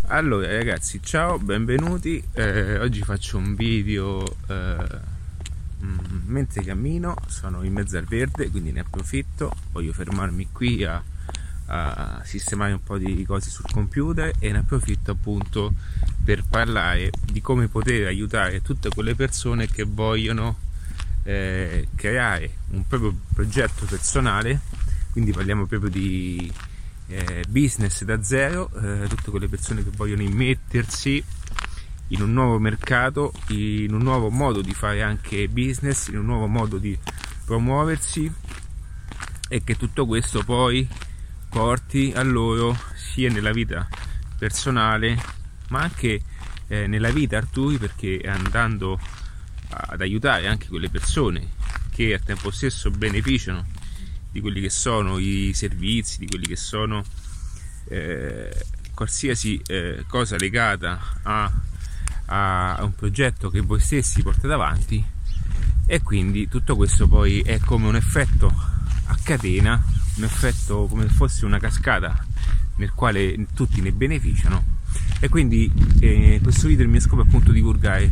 Allora ragazzi, ciao, benvenuti. Oggi faccio un video mentre cammino, sono in mezzo al verde, quindi ne approfitto. Voglio fermarmi qui a sistemare un po' di cose sul computer e ne approfitto appunto per parlare di come poter aiutare tutte quelle persone che vogliono creare un proprio progetto personale. Quindi parliamo proprio di business da zero, tutte quelle persone che vogliono immettersi in un nuovo mercato, in un nuovo modo di fare anche business, in un nuovo modo di promuoversi, e che tutto questo poi porti a loro sia nella vita personale ma anche nella vita altrui, perché andando ad aiutare anche quelle persone che al tempo stesso beneficiano di quelli che sono i servizi, di quelli che sono qualsiasi cosa legata a un progetto che voi stessi portate avanti. E quindi tutto questo poi è come un effetto a catena, un effetto come se fosse una cascata nel quale tutti ne beneficiano. E quindi questo video il mio scopo è appunto divulgare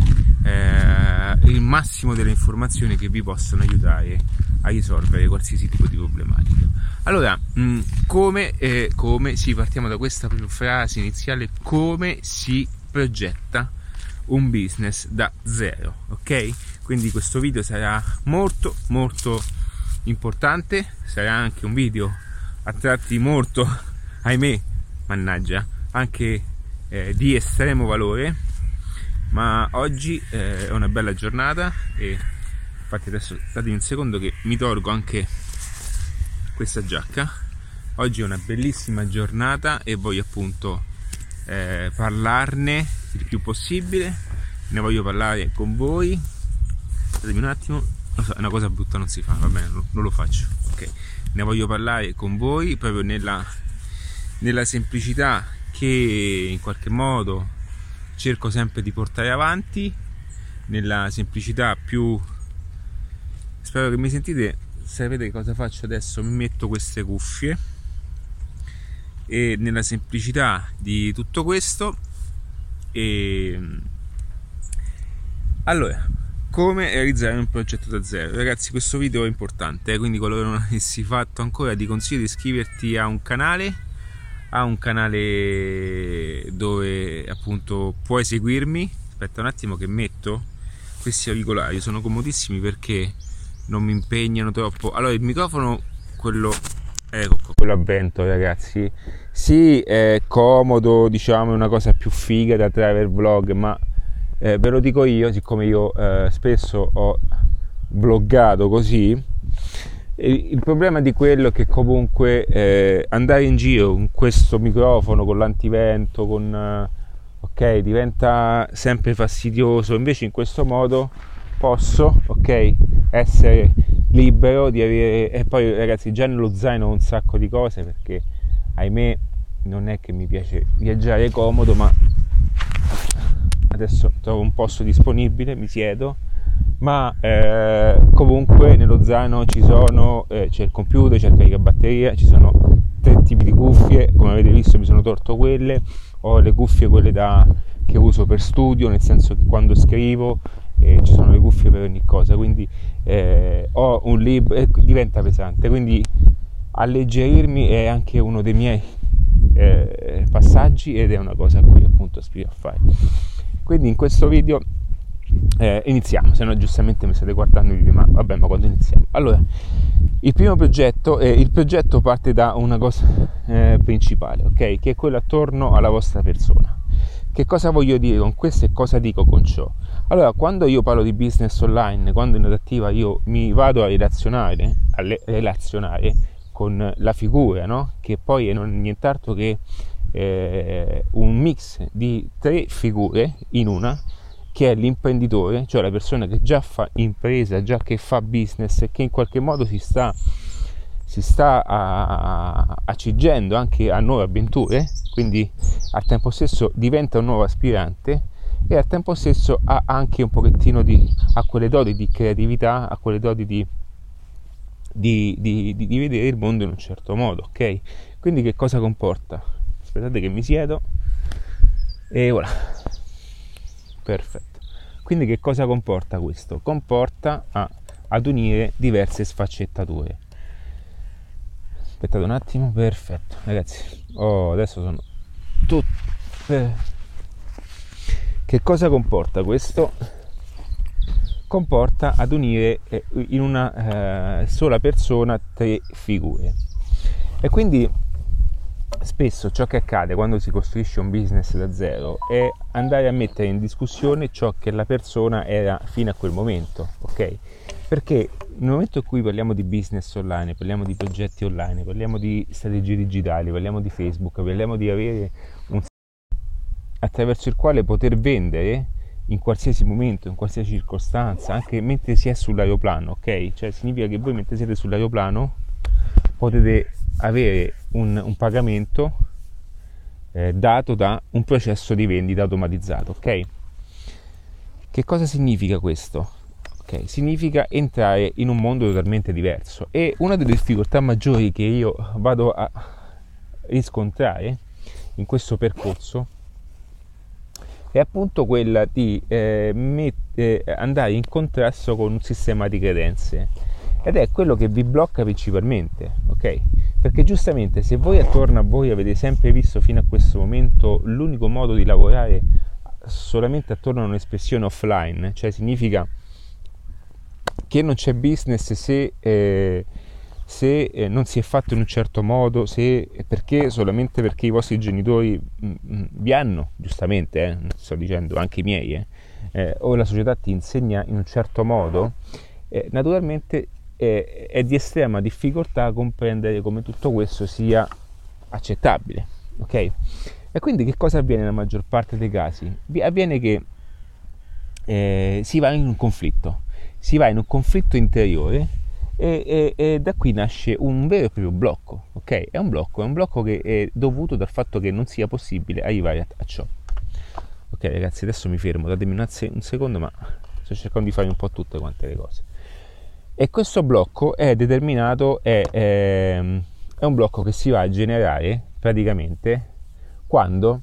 il massimo delle informazioni che vi possono aiutare a risolvere qualsiasi tipo di problematica. Allora, come partiamo da questa frase iniziale: come si progetta un business da zero, ok? Quindi questo video sarà molto importante, sarà anche un video a tratti molto, ahimè, mannaggia, anche di estremo valore, ma oggi è una bella giornata. E infatti adesso datemi un secondo che mi tolgo anche questa giacca. Oggi è una bellissima giornata e voglio appunto parlarne il più possibile. Ne voglio parlare con voi. Datemi un attimo, lo so, è una cosa brutta, non si fa, va bene, non lo faccio, ok? Ne voglio parlare con voi proprio nella semplicità che in qualche modo cerco sempre di portare avanti, nella semplicità più. Spero che mi sentite. Sapete cosa faccio adesso? Mi metto queste cuffie e nella semplicità di tutto questo. E allora, come realizzare un progetto da zero? Ragazzi, questo video è importante, quindi qualora non avessi fatto ancora, ti consiglio di iscriverti a un canale dove appunto puoi seguirmi. Aspetta un attimo che metto questi auricolari, sono comodissimi perché non mi impegnano troppo. Allora, il microfono, quello a vento, ragazzi, sì, è comodo, diciamo, è una cosa più figa da travel vlog, ma ve lo dico io, siccome io spesso ho vloggato così. Il problema di quello è che comunque andare in giro con questo microfono, con l'antivento, ok, diventa sempre fastidioso. Invece in questo modo posso, ok, essere libero di avere. E poi ragazzi, già nello zaino ho un sacco di cose, perché ahimè non è che mi piace viaggiare comodo, ma adesso trovo un posto disponibile, mi siedo. Ma comunque nello zaino c'è il computer, c'è il caricabatteria, ci sono 3 tipi di cuffie, come avete visto mi sono tolto quelle. Ho le cuffie quelle che uso per studio, nel senso che quando scrivo ci sono le cuffie per ogni cosa, quindi ho un libro e diventa pesante, quindi alleggerirmi è anche uno dei miei passaggi, ed è una cosa a cui appunto aspiro a fare. Quindi in questo video iniziamo, se no giustamente mi state guardando e dite ma quando iniziamo? Allora, il primo progetto, il progetto parte da una cosa principale, ok? Che è quello attorno alla vostra persona. Che cosa voglio dire con questo e cosa dico con ciò? Allora, quando io parlo di business online, quando in Adattiva io mi vado a relazionare con la figura, no? Che poi è nient'altro che un mix di 3 figure in una, che è l'imprenditore, cioè la persona che già fa impresa, già che fa business e che in qualche modo si sta accingendo anche a nuove avventure, quindi al tempo stesso diventa un nuovo aspirante e al tempo stesso ha anche un pochettino a quelle doti di creatività, a quelle doti di vedere il mondo in un certo modo, ok? Quindi che cosa comporta? Aspettate che mi siedo. E voilà, perfetto. Quindi che cosa comporta questo? Comporta ad unire diverse sfaccettature. Aspettate un attimo, perfetto ragazzi, adesso sono tutte. Che cosa comporta questo? Comporta ad unire in una sola persona 3 figure, e quindi spesso ciò che accade quando si costruisce un business da zero è andare a mettere in discussione ciò che la persona era fino a quel momento, ok? Perché nel momento in cui parliamo di business online, parliamo di progetti online, parliamo di strategie digitali, parliamo di Facebook, parliamo di avere un attraverso il quale poter vendere in qualsiasi momento, in qualsiasi circostanza, anche mentre si è sull'aeroplano, ok? Cioè significa che voi mentre siete sull'aeroplano potete avere un pagamento dato da un processo di vendita automatizzato, ok? Che cosa significa questo? Okay, significa entrare in un mondo totalmente diverso, e una delle difficoltà maggiori che io vado a riscontrare in questo percorso è appunto quella di andare in contrasto con un sistema di credenze, ed è quello che vi blocca principalmente, ok? Perché giustamente se voi attorno a voi avete sempre visto fino a questo momento l'unico modo di lavorare solamente attorno a un'espressione offline, cioè significa che non c'è business se non si è fatto in un certo modo, solamente perché i vostri genitori vi hanno, giustamente, sto dicendo anche i miei, o la società ti insegna in un certo modo, naturalmente è di estrema difficoltà comprendere come tutto questo sia accettabile, ok? E quindi che cosa avviene nella maggior parte dei casi? Avviene che si va in un conflitto interiore, e da qui nasce un vero e proprio blocco, ok? È un blocco che è dovuto dal fatto che non sia possibile arrivare a ciò. Ok ragazzi, adesso mi fermo, datemi un secondo, ma sto cercando di fare un po' tutte quante le cose. E questo blocco è determinato, è un blocco che si va a generare praticamente quando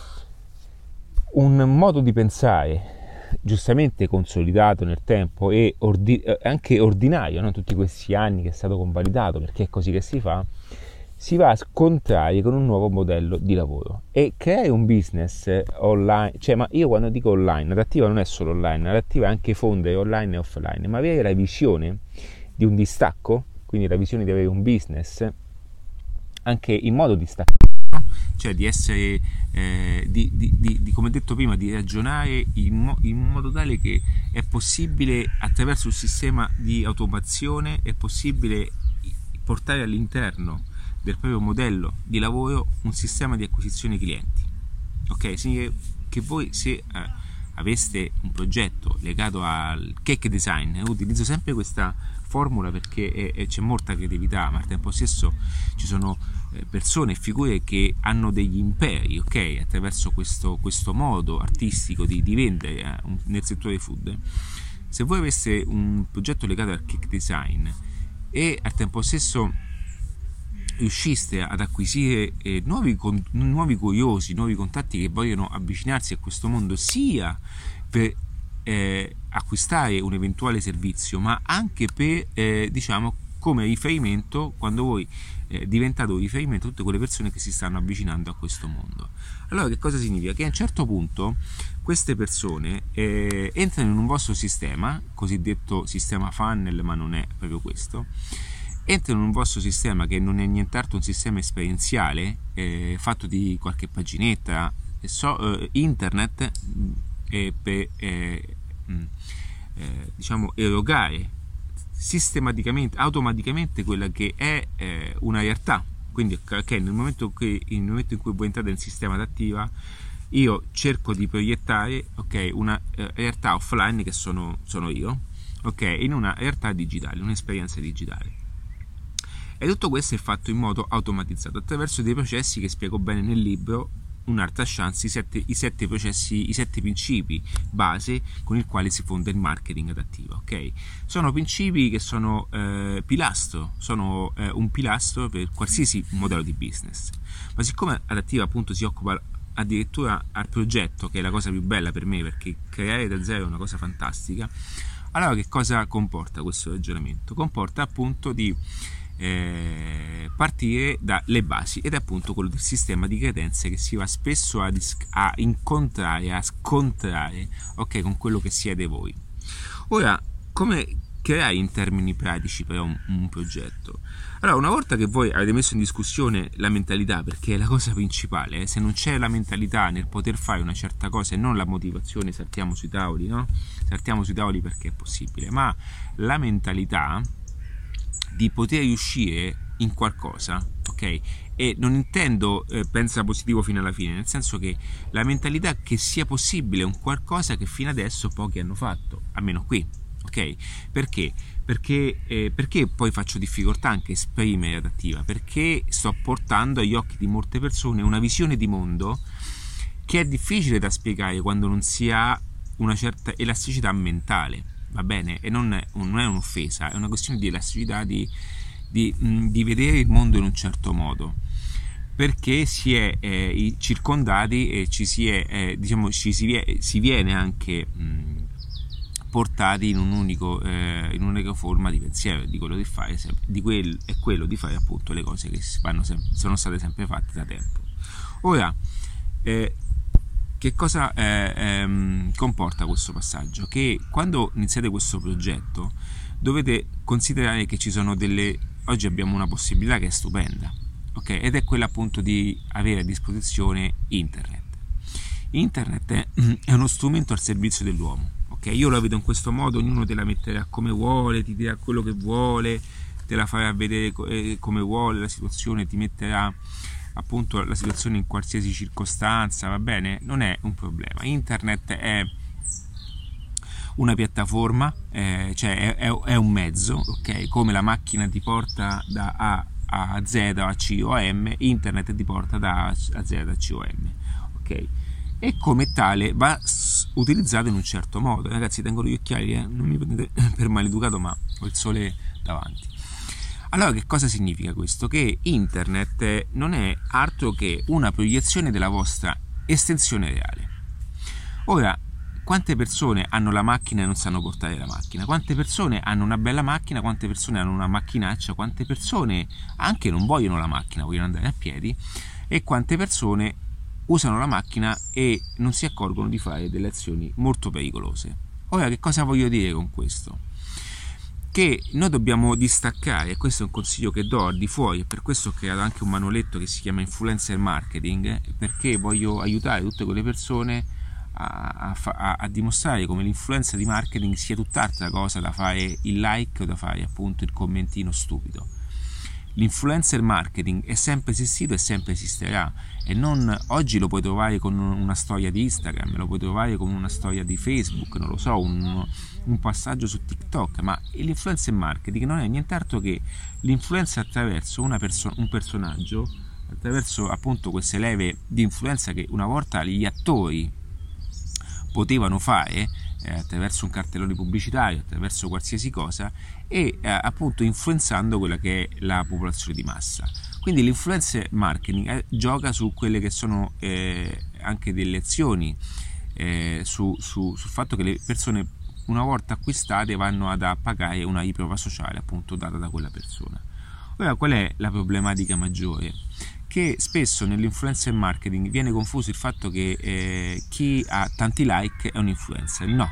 un modo di pensare giustamente consolidato nel tempo e anche ordinario, no? Tutti questi anni che è stato convalidato, perché è così che si va a scontrare con un nuovo modello di lavoro e creare un business online. Cioè, ma io quando dico online, adattiva non è solo online, adattiva è anche fondere online e offline, ma avere la visione di un distacco, quindi la visione di avere un business anche in modo distaccato, cioè di essere di come detto prima, di ragionare in modo tale che è possibile, attraverso un sistema di automazione, è possibile portare all'interno del proprio modello di lavoro un sistema di acquisizione clienti, ok? Significa che voi, se aveste un progetto legato al cake design, utilizzo sempre questa formula perché c'è molta creatività, ma al tempo stesso ci sono persone e figure che hanno degli imperi, ok? Attraverso questo modo artistico di vendere nel settore food. Se voi aveste un progetto legato al cake design e al tempo stesso riusciste ad acquisire nuovi curiosi, nuovi contatti che vogliono avvicinarsi a questo mondo, sia per acquistare un eventuale servizio, ma anche per come riferimento, quando voi diventate un riferimento a tutte quelle persone che si stanno avvicinando a questo mondo. Allora che cosa significa? Che a un certo punto queste persone entrano in un vostro sistema, cosiddetto sistema funnel, ma non è proprio questo. Entrano in un vostro sistema che non è nient'altro un sistema esperienziale fatto di qualche paginetta internet per erogare sistematicamente, automaticamente quella che è una realtà. Quindi nel momento in cui voi entrate nel sistema adattiva, io cerco di proiettare una realtà offline che sono io, in una realtà digitale, un'esperienza digitale. E tutto questo è fatto in modo automatizzato attraverso dei processi che spiego bene nel libro Un'Art a Chance, i sette processi, i 7 principi base con il quale si fonda il marketing adattivo. Sono principi che sono pilastro, sono un pilastro per qualsiasi modello di business. Ma siccome adattiva appunto si occupa addirittura al progetto, che è la cosa più bella per me, perché creare da zero è una cosa fantastica, allora che cosa comporta questo ragionamento? Comporta appunto di partire dalle basi, ed è appunto quello del sistema di credenze che si va spesso a incontrare, a scontrare, ok, con quello che siete voi. Ora, come creare in termini pratici però un progetto? Allora, una volta che voi avete messo in discussione la mentalità, perché è la cosa principale, se non c'è la mentalità nel poter fare una certa cosa e non la motivazione, saltiamo sui tavoli, no? Saltiamo sui tavoli perché è possibile, ma la mentalità di poter riuscire in qualcosa, ok? E non intendo pensa positivo fino alla fine, nel senso che la mentalità che sia possibile un qualcosa che fino adesso pochi hanno fatto, almeno qui, ok? Perché? Perché poi faccio difficoltà anche a esprimere adattiva? Perché sto portando agli occhi di molte persone una visione di mondo che è difficile da spiegare quando non si ha una certa elasticità mentale, va bene? E non è un'offesa, è una questione di elasticità, di vedere il mondo in un certo modo, perché si è circondati e si viene anche portati in un'unica forma di pensiero, di quello di fare, è quello di fare appunto le cose che sono state sempre fatte da tempo. Ora, che cosa comporta questo passaggio? Che quando iniziate questo progetto dovete considerare che ci sono oggi abbiamo una possibilità che è stupenda, ok? Ed è quella appunto di avere a disposizione internet. Internet è uno strumento al servizio dell'uomo, ok? Io la vedo in questo modo, ognuno te la metterà come vuole, ti dirà quello che vuole, te la farà vedere come vuole la situazione, ti metterà appunto la situazione in qualsiasi circostanza, va bene? Non è un problema. Internet è una piattaforma, cioè è un mezzo, ok? Come la macchina ti porta da A a Z, a C o a M, internet ti porta da A a Z, a C o a M, ok? E come tale va utilizzato in un certo modo. Ragazzi, tengo gli occhiali, non mi prendete per maleducato, ma ho il sole davanti. Allora, che cosa significa questo? Che internet non è altro che una proiezione della vostra estensione reale. Ora, quante persone hanno la macchina e non sanno portare la macchina? Quante persone hanno una bella macchina? Quante persone hanno una macchinaccia? Quante persone anche non vogliono la macchina, vogliono andare a piedi? E quante persone usano la macchina e non si accorgono di fare delle azioni molto pericolose? Ora, che cosa voglio dire con questo? Che noi dobbiamo distaccare, e questo è un consiglio che do al di fuori, e per questo ho creato anche un manualetto che si chiama Influencer Marketing, perché voglio aiutare tutte quelle persone a dimostrare come l'influenza di marketing sia tutt'altra cosa da fare il like o da fare appunto il commentino stupido. L'influencer marketing è sempre esistito e sempre esisterà, e non oggi lo puoi trovare con una storia di Instagram, lo puoi trovare con una storia di Facebook, non lo so, un passaggio su TikTok, ma l'influencer marketing non è nient'altro che l'influenza attraverso un personaggio, attraverso appunto queste leve di influenza che una volta gli attori potevano fare attraverso un cartellone pubblicitario, attraverso qualsiasi cosa, e appunto influenzando quella che è la popolazione di massa. Quindi l'influencer marketing gioca su quelle che sono anche delle azioni, sul fatto che le persone una volta acquistate vanno a pagare una riprova sociale appunto data da quella persona. Ora, qual è la problematica maggiore? Che spesso nell'influencer marketing viene confuso il fatto che chi ha tanti like è un influencer. No,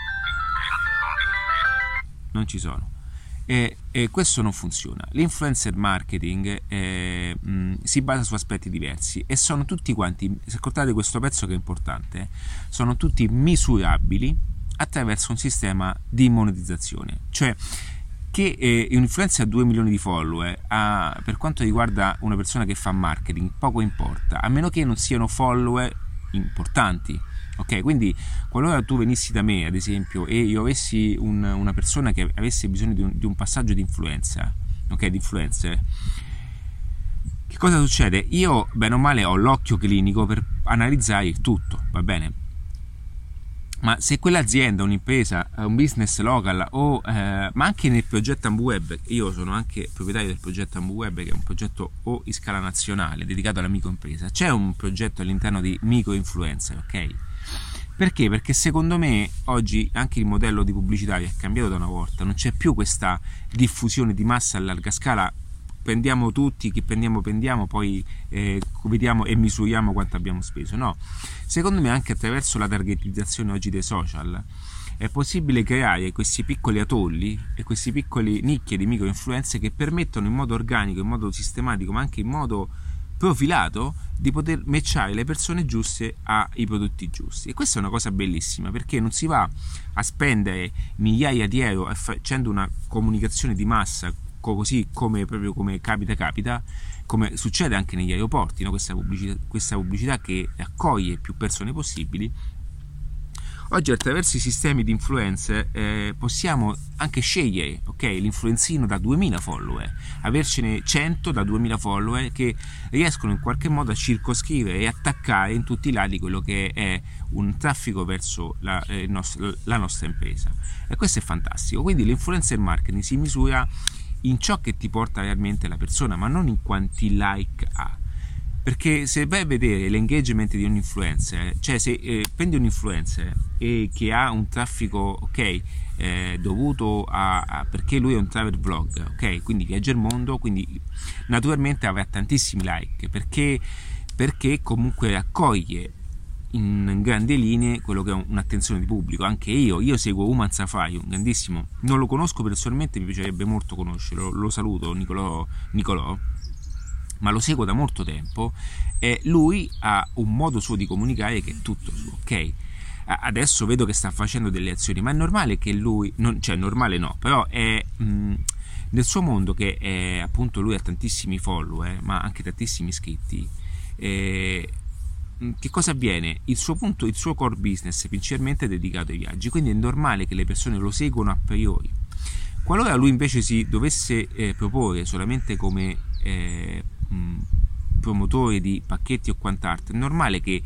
non ci sono, e questo non funziona. L'influencer marketing si basa su aspetti diversi e sono tutti quanti, ascoltate questo pezzo che è importante, sono tutti misurabili attraverso un sistema di monetizzazione. Cioè che un influencer ha 2 milioni di follower, per quanto riguarda una persona che fa marketing poco importa, a meno che non siano follower importanti, ok? Quindi qualora tu venissi da me ad esempio e io avessi una persona che avesse bisogno di un passaggio di influenza, ok, di influencer, che cosa succede? Io bene o male ho l'occhio clinico per analizzare il tutto, va bene? Ma se quell'azienda, un'impresa, un business local ma anche nel progetto AmbuWeb, io sono anche proprietario del progetto AmbuWeb, che è un progetto in scala nazionale dedicato alla microimpresa, c'è un progetto all'interno di microinfluencer, ok? Perché? Perché secondo me oggi anche il modello di pubblicitario è cambiato da una volta, non c'è più questa diffusione di massa a larga scala, prendiamo tutti, chi prendiamo, poi vediamo e misuriamo quanto abbiamo speso. No, secondo me anche attraverso la targetizzazione oggi dei social è possibile creare questi piccoli atolli e questi piccoli nicchie di microinfluenze che permettono in modo organico, in modo sistematico, ma anche in modo profilato di poter matchare le persone giuste ai prodotti giusti. E questa è una cosa bellissima, perché non si va a spendere migliaia di euro facendo una comunicazione di massa così come proprio come capita, come succede anche negli aeroporti, no? questa pubblicità che accoglie più persone possibili. Oggi attraverso i sistemi di influencer possiamo anche scegliere, ok, l'influenzino da 2000 follower, avercene 100 da 2000 follower che riescono in qualche modo a circoscrivere e attaccare in tutti i lati quello che è un traffico verso la nostra impresa. E questo è fantastico. Quindi l'influencer marketing si misura in ciò che ti porta realmente la persona, ma non in quanti like ha. Perché se vai a vedere l'engagement di un influencer, cioè se prendi un influencer che ha un traffico, ok, dovuto a perché lui è un travel vlog, ok, quindi viaggia il mondo, quindi naturalmente avrà tantissimi like, perché comunque accoglie in grandi linee quello che è un'attenzione di pubblico. Anche io seguo Human Safari, un grandissimo, non lo conosco personalmente, mi piacerebbe molto conoscerlo, lo saluto, Nicolò, ma lo seguo da molto tempo e lui ha un modo suo di comunicare che è tutto suo, ok? Adesso vedo che sta facendo delle azioni, ma è normale che lui, normale no, però è nel suo mondo che è, appunto, lui ha tantissimi follower, ma anche tantissimi iscritti, che cosa avviene? Il suo core business principalmente è dedicato ai viaggi, quindi è normale che le persone lo seguono a priori. Qualora lui invece si dovesse proporre solamente come promotore di pacchetti o quant'altro, è normale che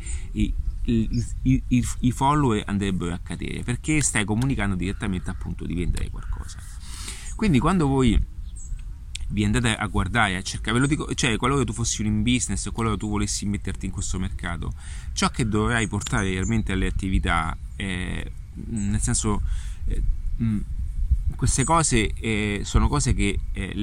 i follower andrebbero a cadere, perché stai comunicando direttamente, appunto, di vendere qualcosa. Quindi quando voi vi andate a guardare, a cercare, ve lo dico, cioè qualora tu fossi un in business o qualora tu volessi metterti in questo mercato, ciò che dovrai portare realmente alle attività, nel senso, queste cose sono cose che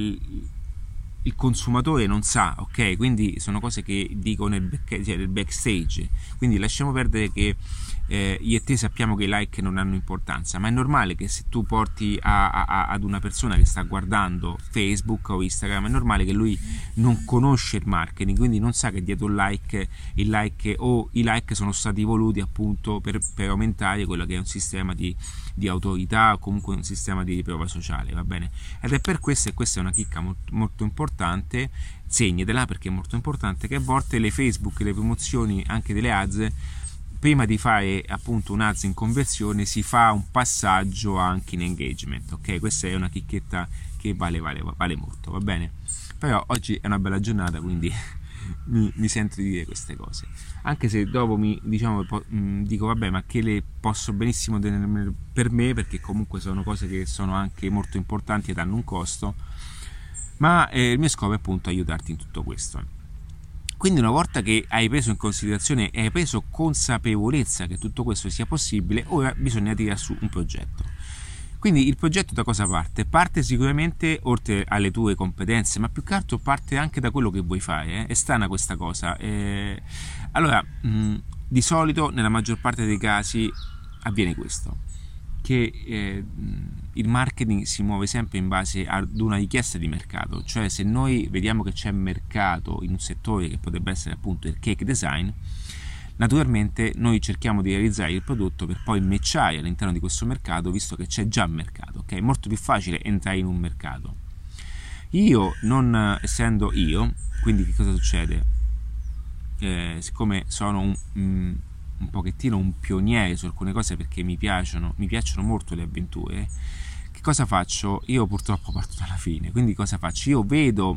il consumatore non sa, ok? Quindi sono cose che dico nel backstage, quindi lasciamo perdere che io e te sappiamo che i like non hanno importanza, ma è normale che se tu porti ad una persona che sta guardando Facebook o Instagram, è normale che lui non conosce il marketing, quindi non sa che dietro il like o i like sono stati voluti appunto per aumentare quello che è un sistema di autorità o comunque un sistema di riprova sociale, va bene? Ed è per questo, e questa è una chicca molto, molto importante, segnatela perché è molto importante, che a volte le Facebook, le promozioni anche delle ads, prima di fare appunto un ads in conversione si fa un passaggio anche in engagement, ok? Questa è una chicchetta che vale molto, va bene? Però oggi è una bella giornata, quindi mi sento di dire queste cose, anche se dopo dico vabbè, ma che le posso benissimo tenere per me, perché comunque sono cose che sono anche molto importanti ed hanno un costo, ma il mio scopo è appunto aiutarti in tutto questo. Quindi una volta che hai preso in considerazione e hai preso consapevolezza che tutto questo sia possibile, ora bisogna tirare su un progetto. Quindi il progetto da cosa parte? Parte sicuramente, oltre alle tue competenze, ma più che altro parte anche da quello che vuoi fare. È strana questa cosa. Allora, di solito nella maggior parte dei casi avviene questo, che il marketing si muove sempre in base ad una richiesta di mercato, cioè se noi vediamo che c'è mercato in un settore che potrebbe essere appunto il cake design, naturalmente noi cerchiamo di realizzare il prodotto per poi matchare all'interno di questo mercato, visto che c'è già mercato, ok? È molto più facile entrare in un mercato. Io, non essendo io, quindi che cosa succede? Siccome sono un pochettino un pioniere su alcune cose, perché mi piacciono molto le avventure, che cosa faccio? Io purtroppo parto dalla fine, quindi cosa faccio? Io vedo,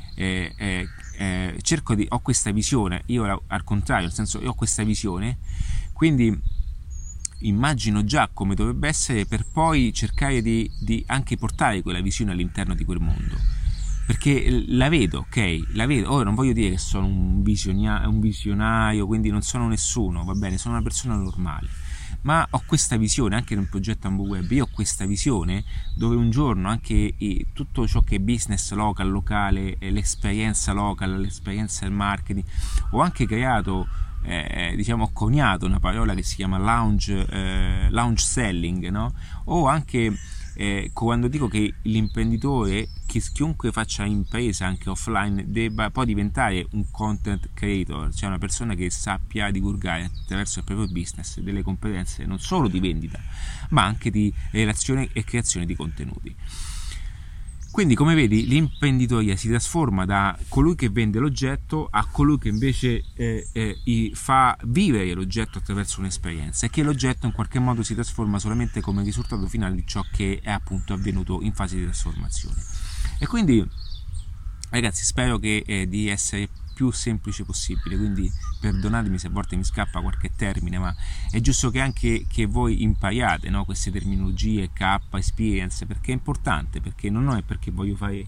ho questa visione, io al contrario, nel senso, io ho questa visione, quindi immagino già come dovrebbe essere, per poi cercare di anche portare quella visione all'interno di quel mondo, perché la vedo, ok? La vedo. Ora non voglio dire che sono un visionario, quindi non sono nessuno, va bene, sono una persona normale, ma ho questa visione anche nel progetto AmbuWeb. Io ho questa visione dove un giorno anche tutto ciò che è business local, locale, l'esperienza local, l'esperienza del marketing, ho anche creato, ho coniato una parola che si chiama lounge selling, no? O anche quando dico che l'imprenditore, chiunque faccia impresa anche offline, debba poi diventare un content creator, cioè una persona che sappia divulgare attraverso il proprio business delle competenze non solo di vendita, ma anche di relazione e creazione di contenuti. Quindi, come vedi, l'imprenditoria si trasforma da colui che vende l'oggetto a colui che invece fa vivere l'oggetto attraverso un'esperienza, e che l'oggetto in qualche modo si trasforma solamente come risultato finale di ciò che è appunto avvenuto in fase di trasformazione. E quindi, ragazzi, spero di essere più semplice possibile, quindi perdonatemi se a volte mi scappa qualche termine, ma è giusto che anche voi impariate, no, queste terminologie, experience, perché è importante, perché non è perché voglio fare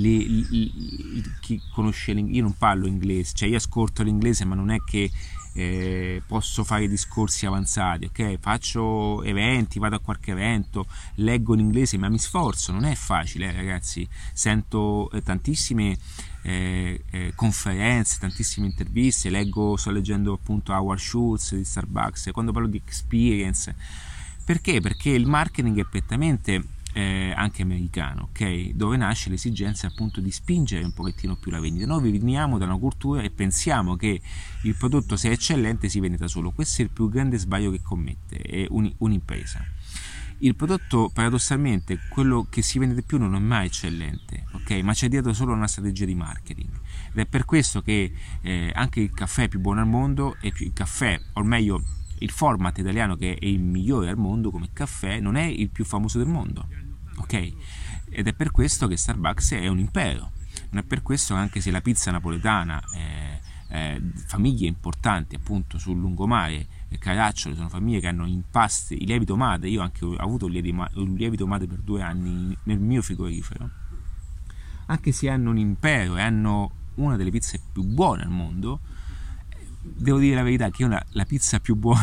chi conosce l'inglese. Io non parlo inglese, cioè io ascolto l'inglese, ma non è che posso fare discorsi avanzati, ok? Faccio eventi, vado a qualche evento, leggo in inglese, ma mi sforzo, non è facile, ragazzi. Sento tantissime conferenze, tantissime interviste, sto leggendo appunto Howard Schultz di Starbucks. Quando parlo di experience, perché? Perché il marketing è prettamente anche americano, ok? Dove nasce l'esigenza appunto di spingere un pochettino più la vendita. Noi veniamo da una cultura e pensiamo che il prodotto, se è eccellente, si vende da solo. Questo è il più grande sbaglio che commette un'impresa. Il prodotto, paradossalmente, quello che si vende di più, non è mai eccellente, ok? Ma c'è dietro solo una strategia di marketing, ed è per questo che anche il caffè più buono al mondo, e il caffè, o meglio il format italiano che è il migliore al mondo come caffè, non è il più famoso del mondo, ok? Ed è per questo che Starbucks è un impero. Non è per questo che, anche se la pizza napoletana, famiglie importanti appunto sul lungomare, Caracciolo, sono famiglie che hanno impasti, i lievito madre. Io anche ho avuto un lievito madre per 2 anni nel mio frigorifero. Anche se hanno un impero e hanno una delle pizze più buone al mondo, devo dire la verità che io la pizza più buona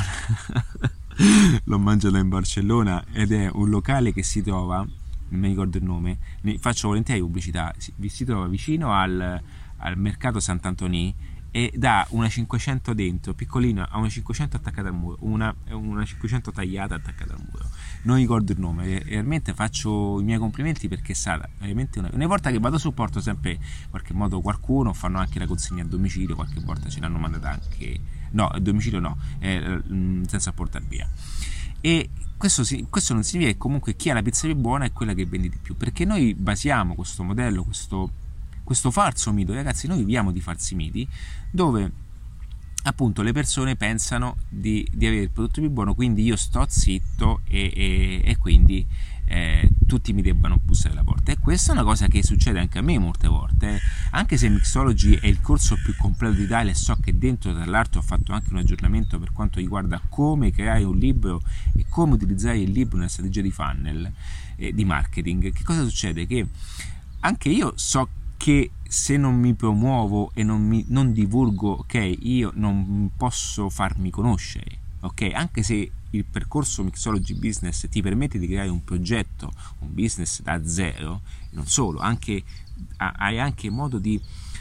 l'ho mangiata in Barcellona, ed è un locale che si trova, non mi ricordo il nome, ne faccio volentieri pubblicità, si trova vicino al mercato Sant'Antonì, e dà una 500 dentro, piccolina, ha una 500 attaccata al muro, una 500 tagliata attaccata al muro. Non ricordo il nome, realmente faccio i miei complimenti, perché è stata veramente una volta che vado su, porto sempre in qualche modo qualcuno, fanno anche la consegna a domicilio, qualche volta ce l'hanno mandata anche, no, a domicilio no, senza portare via. E questo non significa che comunque chi ha la pizza più buona è quella che vende di più, perché noi basiamo questo modello, questo falso mito. Ragazzi, noi viviamo di falsi miti, dove appunto le persone pensano di avere il prodotto più buono, quindi io sto zitto e quindi tutti mi debbano bussare alla porta. E questa è una cosa che succede anche a me molte volte, anche se Mixology è il corso più completo d'Italia, e so che dentro, tra l'altro, ho fatto anche un aggiornamento per quanto riguarda come creare un libro e come utilizzare il libro nella strategia di funnel di marketing. Che cosa succede? Che anche io so che se non mi promuovo e non divulgo, ok, io non posso farmi conoscere, ok? Anche se il percorso Mixology Business ti permette di creare un progetto, un business da zero, non solo, hai anche modo di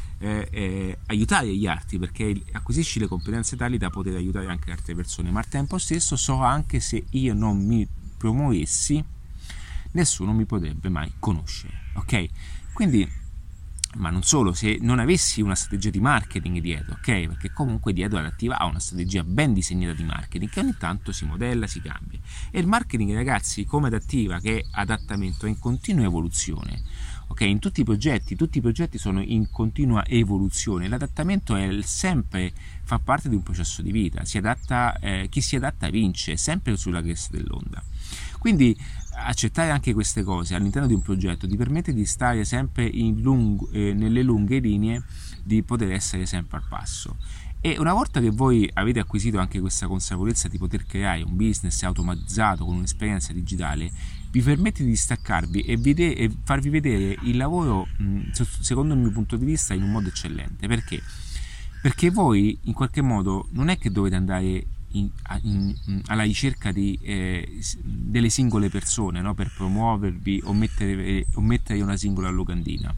aiutare gli altri, perché acquisisci le competenze tali da poter aiutare anche altre persone. Ma al tempo stesso so anche se io non mi promuovessi, nessuno mi potrebbe mai conoscere, ok? Quindi, ma non solo, se non avessi una strategia di marketing dietro, ok? Perché comunque dietro l'Adattiva ha una strategia ben disegnata di marketing, che ogni tanto si modella, si cambia. E il marketing, ragazzi, come Adattiva, che è adattamento, è in continua evoluzione, ok? In tutti i progetti sono in continua evoluzione. L'adattamento è sempre, fa parte di un processo di vita. Chi si adatta vince, sempre sulla cresta dell'onda. Quindi accettare anche queste cose all'interno di un progetto ti permette di stare sempre nelle lunghe linee, di poter essere sempre al passo. E una volta che voi avete acquisito anche questa consapevolezza di poter creare un business automatizzato con un'esperienza digitale, vi permette di staccarvi e farvi vedere il lavoro, secondo il mio punto di vista, in un modo eccellente. Perché? Perché voi in qualche modo non è che dovete andare alla ricerca delle singole persone, no? Per promuovervi o mettere una singola locandina.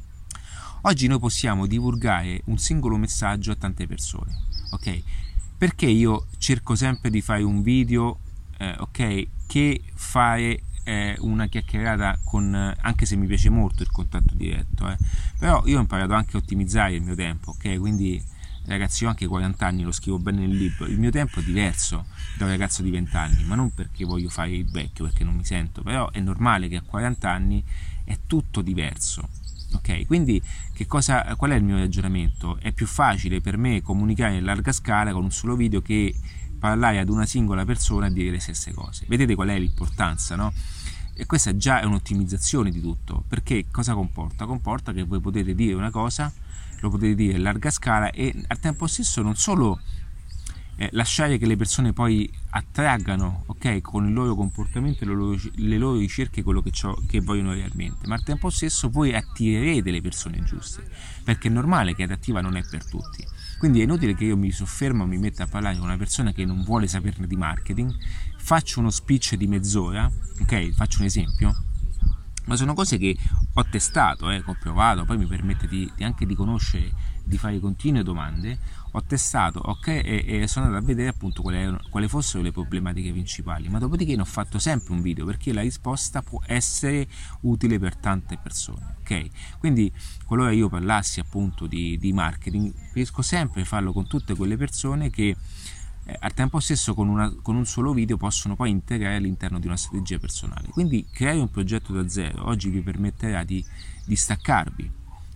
Oggi noi possiamo divulgare un singolo messaggio a tante persone, ok? Perché io cerco sempre di fare un video, ok, che fare una chiacchierata anche se mi piace molto il contatto diretto, però io ho imparato anche a ottimizzare il mio tempo, ok? Quindi ragazzi, io ho anche 40 anni, lo scrivo bene nel libro, il mio tempo è diverso da un ragazzo di 20 anni, ma non perché voglio fare il vecchio, perché non mi sento, però è normale che a 40 anni è tutto diverso. Ok, quindi qual è il mio ragionamento? È più facile per me comunicare in larga scala con un solo video che parlare ad una singola persona e dire le stesse cose. Vedete qual è l'importanza, no? E questa già è un'ottimizzazione di tutto, perché cosa comporta? Comporta che voi potete dire una cosa, lo potete dire in larga scala e al tempo stesso non solo lasciare che le persone poi attraggano, ok, con il loro comportamento e le loro ricerche quello che vogliono realmente, ma al tempo stesso voi attirerete le persone giuste, perché è normale che adattiva non è per tutti. Quindi è inutile che io mi metta a parlare con una persona che non vuole saperne di marketing, faccio uno speech di mezz'ora, ok, faccio un esempio, ma sono cose che ho testato, che ho provato, poi mi permette anche di conoscere, di fare continue domande. Ho testato, ok, e sono andato a vedere appunto quali fossero le problematiche principali, ma dopodiché ne ho fatto sempre un video, perché la risposta può essere utile per tante persone, ok? Quindi qualora io parlassi appunto di marketing, riesco sempre a farlo con tutte quelle persone che al tempo stesso con un solo video possono poi integrare all'interno di una strategia personale. Quindi creare un progetto da zero oggi vi permetterà di distaccarvi,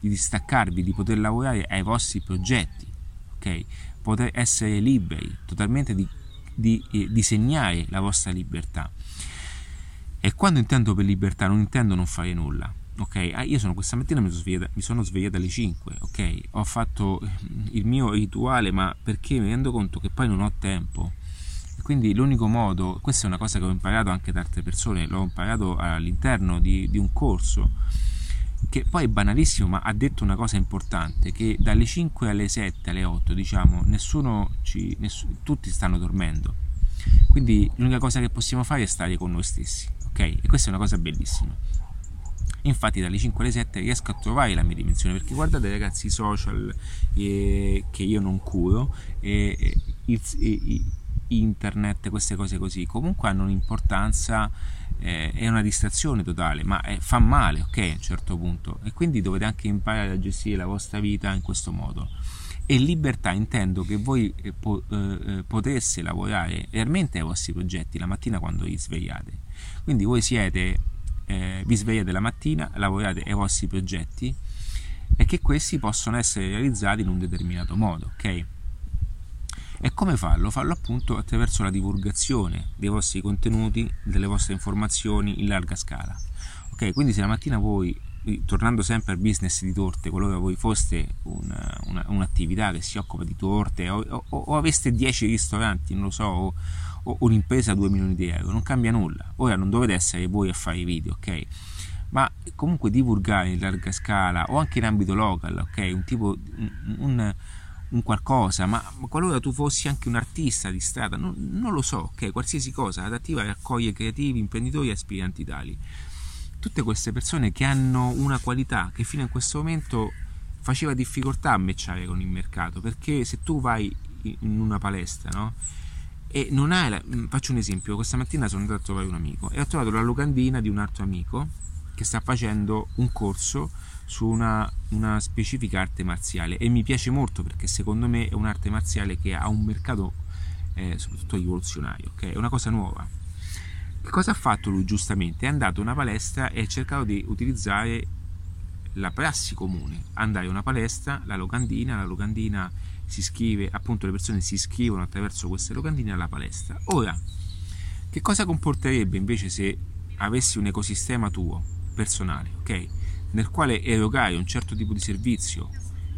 di poter lavorare ai vostri progetti, ok? Poter essere liberi totalmente di disegnare la vostra libertà. E quando intendo per libertà non intendo non fare nulla, ok? Io questa mattina mi sono svegliato alle 5, ok? Ho fatto il mio rituale, ma perché mi rendo conto che poi non ho tempo. E quindi l'unico modo, questa è una cosa che ho imparato anche da altre persone, l'ho imparato all'interno di un corso, che poi è banalissimo, ma ha detto una cosa importante, che dalle 5 alle 7, alle 8, diciamo, tutti stanno dormendo. Quindi l'unica cosa che possiamo fare è stare con noi stessi, ok? E questa è una cosa bellissima. Infatti dalle 5 alle 7 riesco a trovare la mia dimensione, perché guardate ragazzi, i social che io non curo, internet, queste cose così comunque hanno un'importanza, è una distrazione totale, ma fa male, ok, a un certo punto, e quindi dovete anche imparare a gestire la vostra vita in questo modo. E libertà intendo che voi potesse lavorare realmente ai vostri progetti la mattina quando vi svegliate. Quindi voi vi svegliate la mattina, lavorate ai vostri progetti e che questi possono essere realizzati in un determinato modo, ok? E come farlo? Farlo appunto attraverso la divulgazione dei vostri contenuti, delle vostre informazioni in larga scala, ok? Quindi se la mattina voi, tornando sempre al business di torte, qualora voi foste un'attività che si occupa di torte o aveste 10 ristoranti, non lo so, o un'impresa a 2 milioni di euro, non cambia nulla. Ora non dovete essere voi a fare i video, ok? Ma comunque divulgare in larga scala o anche in ambito local, ok? Un qualcosa, ma qualora tu fossi anche un artista di strada, non lo so, ok? Qualsiasi cosa, Adattiva raccoglie creativi, imprenditori e aspiranti tali. Tutte queste persone che hanno una qualità che fino a questo momento faceva difficoltà a matchare con il mercato, perché se tu vai in una palestra, no? E non hai faccio un esempio, questa mattina sono andato a trovare un amico e ho trovato la locandina di un altro amico che sta facendo un corso su una specifica arte marziale, e mi piace molto perché secondo me è un'arte marziale che ha un mercato soprattutto rivoluzionario, ok? È una cosa nuova. Che cosa ha fatto lui? Giustamente è andato a una palestra e ha cercato di utilizzare la prassi comune, andare a una palestra, la locandina si iscrive, appunto le persone si iscrivono attraverso queste locandine alla palestra. Ora, che cosa comporterebbe invece se avessi un ecosistema tuo personale, ok, nel quale erogare un certo tipo di servizio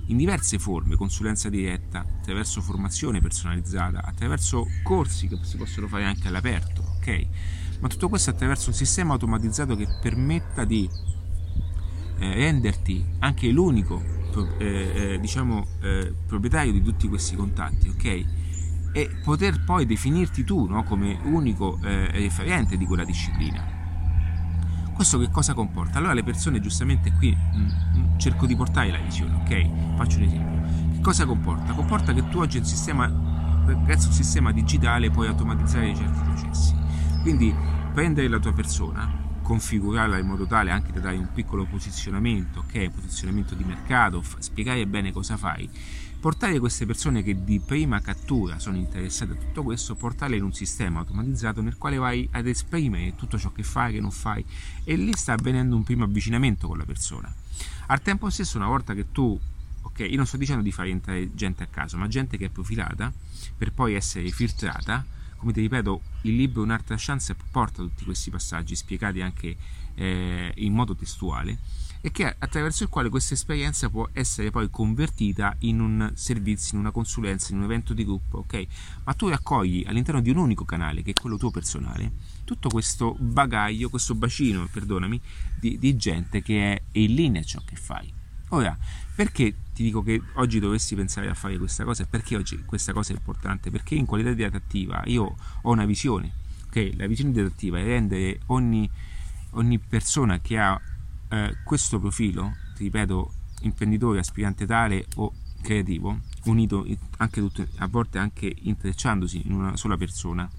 in diverse forme: consulenza diretta, attraverso formazione personalizzata, attraverso corsi che si possono fare anche all'aperto, ok? Ma tutto questo attraverso un sistema automatizzato che permetta di renderti anche l'unico proprietario di tutti questi contatti, ok? E poter poi definirti tu, no, come unico referente di quella disciplina. Questo che cosa comporta? Allora le persone, giustamente qui cerco di portare la visione, ok? Faccio un esempio. Che cosa comporta? Comporta che tu oggi grazie a un sistema digitale puoi automatizzare certi processi. Quindi prendere la tua persona, configurarla in modo tale anche da dare un piccolo posizionamento, ok? Posizionamento di mercato, spiegare bene cosa fai, portare queste persone che di prima cattura sono interessate a tutto questo, portarle in un sistema automatizzato nel quale vai ad esprimere tutto ciò che fai, che non fai, e lì sta avvenendo un primo avvicinamento con la persona. Al tempo stesso, una volta che tu, ok, io non sto dicendo di far entrare gente a caso, ma gente che è profilata per poi essere filtrata. Come ti ripeto, il libro Un'arte della chance porta tutti questi passaggi spiegati anche in modo testuale, e che attraverso il quale questa esperienza può essere poi convertita in un servizio, in una consulenza, in un evento di gruppo, ok? Ma tu raccogli all'interno di un unico canale, che è quello tuo personale, tutto questo bagaglio, questo bacino, perdonami, di gente che è in linea a ciò che fai. Ora, perché ti dico che oggi dovresti pensare a fare questa cosa? Perché oggi questa cosa è importante? Perché in qualità di adattiva io ho una visione, ok? La visione di adattiva è rendere ogni persona che ha questo profilo, ti ripeto, imprenditore, aspirante tale o creativo, unito anche tutto, a volte anche intrecciandosi in una sola persona,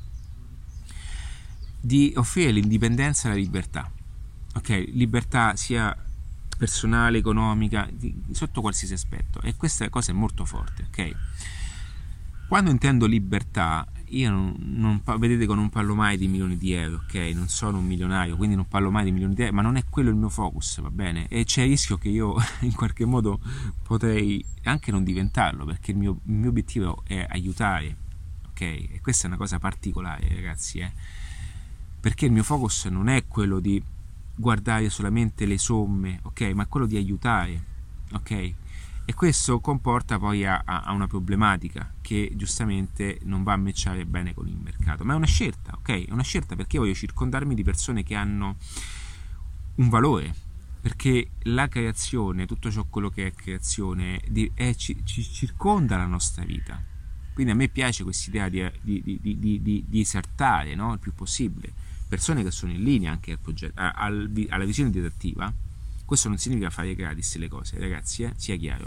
di offrire l'indipendenza e la libertà, ok? Libertà sia personale, economica, sotto qualsiasi aspetto, e questa cosa è molto forte, ok? Quando intendo libertà, io vedete che non parlo mai di milioni di euro, ok? Non sono un milionario, quindi non parlo mai di milioni di euro, ma non è quello il mio focus, va bene? E c'è il rischio che io in qualche modo potrei anche non diventarlo, perché il mio obiettivo è aiutare, ok? E questa è una cosa particolare, ragazzi, perché il mio focus non è quello di guardare solamente le somme, ok? Ma è quello di aiutare, ok? E questo comporta poi a una problematica che giustamente non va a matchare bene con il mercato, ma è una scelta, ok? È una scelta perché voglio circondarmi di persone che hanno un valore, perché la creazione, tutto ciò quello che è creazione, ci circonda la nostra vita. Quindi a me piace questa idea di esaltare, no? Il più possibile persone che sono in linea anche al progetto, alla visione di adattiva. Questo non significa fare gratis le cose, ragazzi, sia chiaro.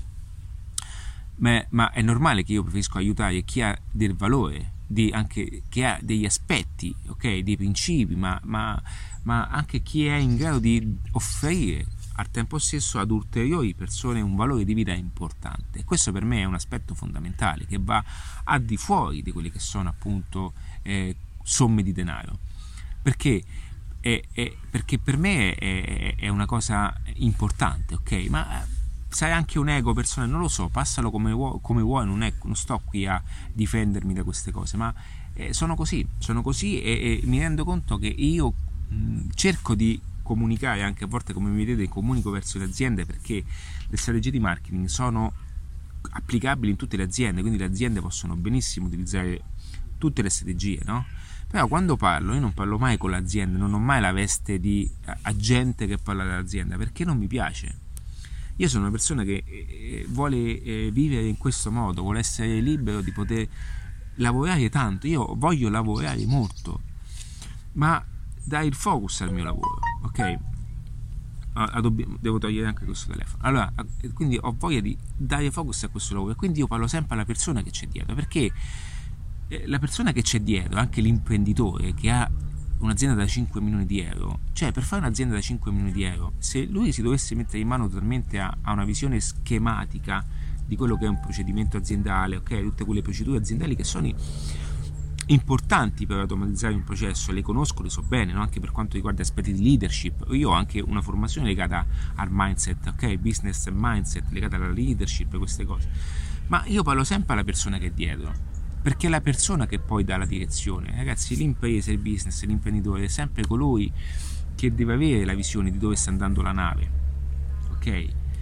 Ma è normale che io preferisco aiutare chi ha del valore, anche che ha degli aspetti, ok, dei principi, ma anche chi è in grado di offrire al tempo stesso ad ulteriori persone un valore di vita importante. E questo per me è un aspetto fondamentale che va al di fuori di quelle che sono appunto somme di denaro. Perché per me è una cosa importante, ok? Ma sai, anche un ego personale, non lo so, passalo come vuoi, non sto qui a difendermi da queste cose, ma sono così e mi rendo conto che io cerco di comunicare, anche a volte, come mi vedete, comunico verso le aziende, perché le strategie di marketing sono applicabili in tutte le aziende, quindi le aziende possono benissimo utilizzare tutte le strategie, no? Però quando parlo, io non parlo mai con l'azienda, non ho mai la veste di agente che parla dell'azienda, perché non mi piace. Io sono una persona che vuole vivere in questo modo, vuole essere libero di poter lavorare tanto. Io voglio lavorare molto, ma dare il focus al mio lavoro, ok? Devo togliere anche questo telefono. Allora, quindi ho voglia di dare focus a questo lavoro, e quindi io parlo sempre alla persona che c'è dietro, perché la persona che c'è dietro, anche l'imprenditore che ha un'azienda da 5 milioni di euro, cioè per fare un'azienda da 5 milioni di euro, se lui si dovesse mettere in mano totalmente a una visione schematica di quello che è un procedimento aziendale, ok, tutte quelle procedure aziendali che sono importanti per automatizzare un processo, le conosco, le so bene, no? Anche per quanto riguarda aspetti di leadership. Io ho anche una formazione legata al mindset, ok, business mindset, legata alla leadership, queste cose, ma io parlo sempre alla persona che è dietro, perché è la persona che poi dà la direzione. Ragazzi, l'impresa, il business, l'imprenditore è sempre colui che deve avere la visione di dove sta andando la nave, ok?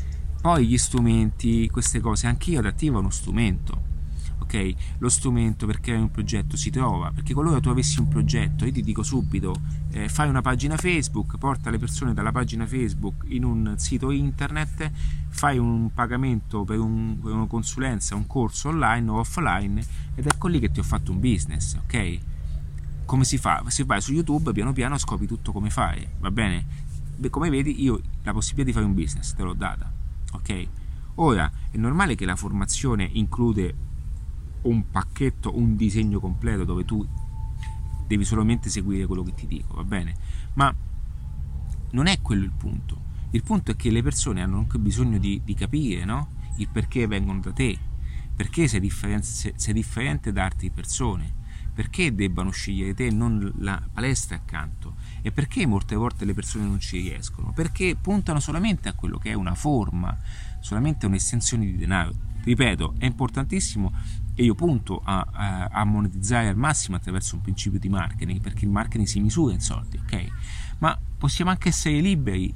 Poi gli strumenti, queste cose, anche io attivo uno strumento, ok? Lo strumento per creare un progetto si trova, perché qualora tu avessi un progetto, io ti dico subito, fai una pagina Facebook, porta le persone dalla pagina Facebook in un sito internet, fai un pagamento per una consulenza, un corso online o offline, ed ecco lì che ti ho fatto un business, ok? Come si fa? Se vai su YouTube, piano piano scopri tutto come fare, va bene? Beh, come vedi, io la possibilità di fare un business te l'ho data, ok? Ora, è normale che la formazione include un pacchetto, un disegno completo dove tu devi solamente seguire quello che ti dico, va bene? Ma non è quello il punto. Il punto è che le persone hanno anche bisogno di capire, no? Il perché vengono da te, perché sei differente da altre persone, perché debbano scegliere te e non la palestra accanto, e perché molte volte le persone non ci riescono, perché puntano solamente a quello che è una forma, solamente un'estensione di denaro. Ripeto, è importantissimo e io punto a monetizzare al massimo attraverso un principio di marketing, perché il marketing si misura in soldi, ok? Ma possiamo anche essere liberi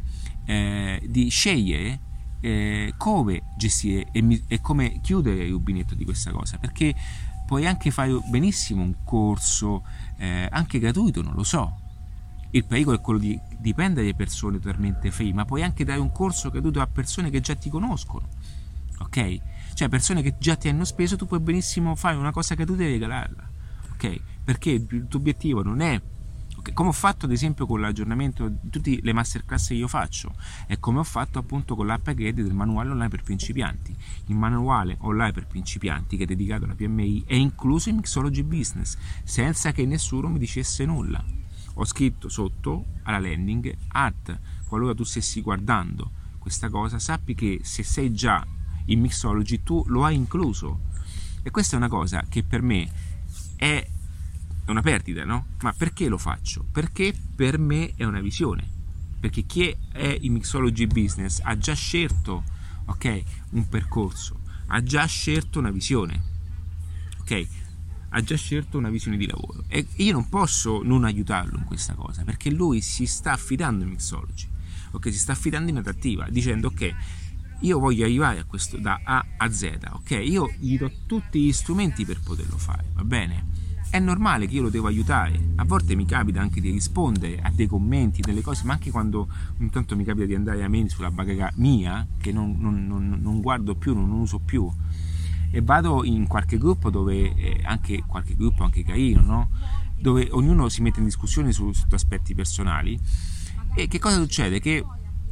di scegliere come gestire e come chiudere il rubinetto di questa cosa, perché puoi anche fare benissimo un corso anche gratuito, non lo so. Il pericolo è quello di prendere le persone totalmente free, ma puoi anche dare un corso gratuito a persone che già ti conoscono, ok? Cioè persone che già ti hanno speso, tu puoi benissimo fare una cosa gratuita e regalarla, ok? Perché il tuo obiettivo non è, okay, come ho fatto ad esempio con l'aggiornamento di tutte le masterclass che io faccio, e come ho fatto appunto con l'upgrade del manuale online per principianti. Il manuale online per principianti, che è dedicato alla PMI, è incluso in Mixology Business senza che nessuno mi dicesse nulla. Ho scritto sotto alla landing art, qualora tu stessi guardando questa cosa, sappi che se sei già in Mixology tu lo hai incluso, e questa è una cosa che per me è una perdita, no? Ma perché lo faccio? Perché per me è una visione, perché chi è in Mixology Business ha già scelto, ok, un percorso, ha già scelto una visione, ok? Ha già scelto una visione di lavoro, e io non posso non aiutarlo in questa cosa, perché lui si sta affidando in Mixology, ok? Si sta affidando in Adattiva, dicendo ok, io voglio arrivare a questo da A a Z, ok? Io gli do tutti gli strumenti per poterlo fare, va bene? È normale che io lo devo aiutare. A volte mi capita anche di rispondere a dei commenti, delle cose, ma anche quando ogni tanto mi capita di andare a mail sulla bacheca mia, che non guardo più, non uso più, e vado in qualche gruppo dove anche qualche gruppo anche carino, no? Dove ognuno si mette in discussione su aspetti personali, e che cosa succede? Che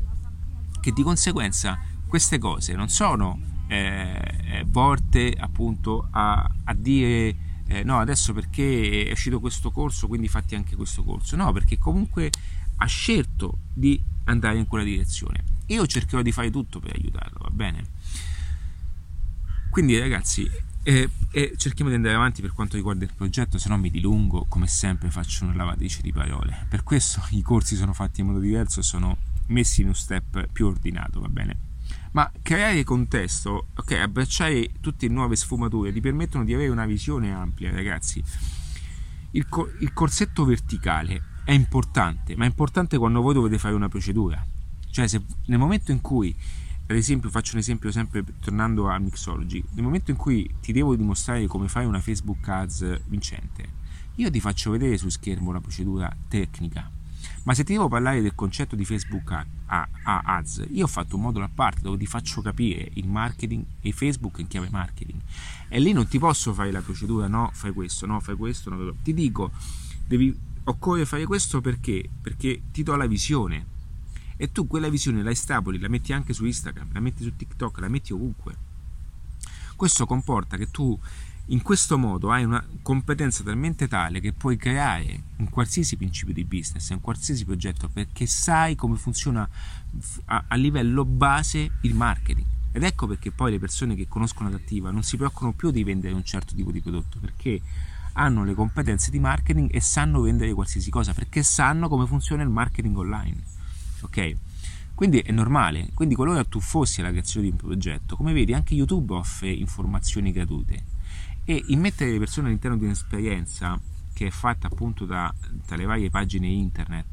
di conseguenza queste cose non sono volte appunto a dire no, adesso perché è uscito questo corso quindi fatti anche questo corso, no, perché comunque ha scelto di andare in quella direzione. Io cercherò di fare tutto per aiutarlo, va bene? Quindi ragazzi, cerchiamo di andare avanti per quanto riguarda il progetto, se no mi dilungo, come sempre faccio una lavatrice di parole. Per questo i corsi sono fatti in modo diverso, sono messi in un step più ordinato, va bene? Ma creare contesto, ok, abbracciare tutte le nuove sfumature ti permettono di avere una visione ampia, ragazzi. Il corsetto verticale è importante, ma è importante quando voi dovete fare una procedura. Cioè, se nel momento in cui, ad esempio, faccio un esempio sempre tornando a Mixology, nel momento in cui ti devo dimostrare come fare una Facebook Ads vincente, io ti faccio vedere su schermo la procedura tecnica. Ma se ti devo parlare del concetto di Facebook Ads, io ho fatto un modulo a parte dove ti faccio capire il marketing e Facebook in chiave marketing, e lì non ti posso fare la procedura, no, fai questo, no, fai questo, no, ti dico, occorre fare questo perché ti do la visione, e tu quella visione la estrapoli, la metti anche su Instagram, la metti su TikTok, la metti ovunque. Questo comporta che tu in questo modo hai una competenza talmente tale che puoi creare un qualsiasi principio di business, un qualsiasi progetto, perché sai come funziona a livello base il marketing. Ed ecco perché poi le persone che conoscono Adattiva non si preoccupano più di vendere un certo tipo di prodotto, perché hanno le competenze di marketing e sanno vendere qualsiasi cosa, perché sanno come funziona il marketing online, ok? Quindi è normale. Quindi qualora tu fossi alla creazione di un progetto, come vedi anche YouTube offre informazioni gratuite, e immettere le persone all'interno di un'esperienza che è fatta appunto tra le varie pagine internet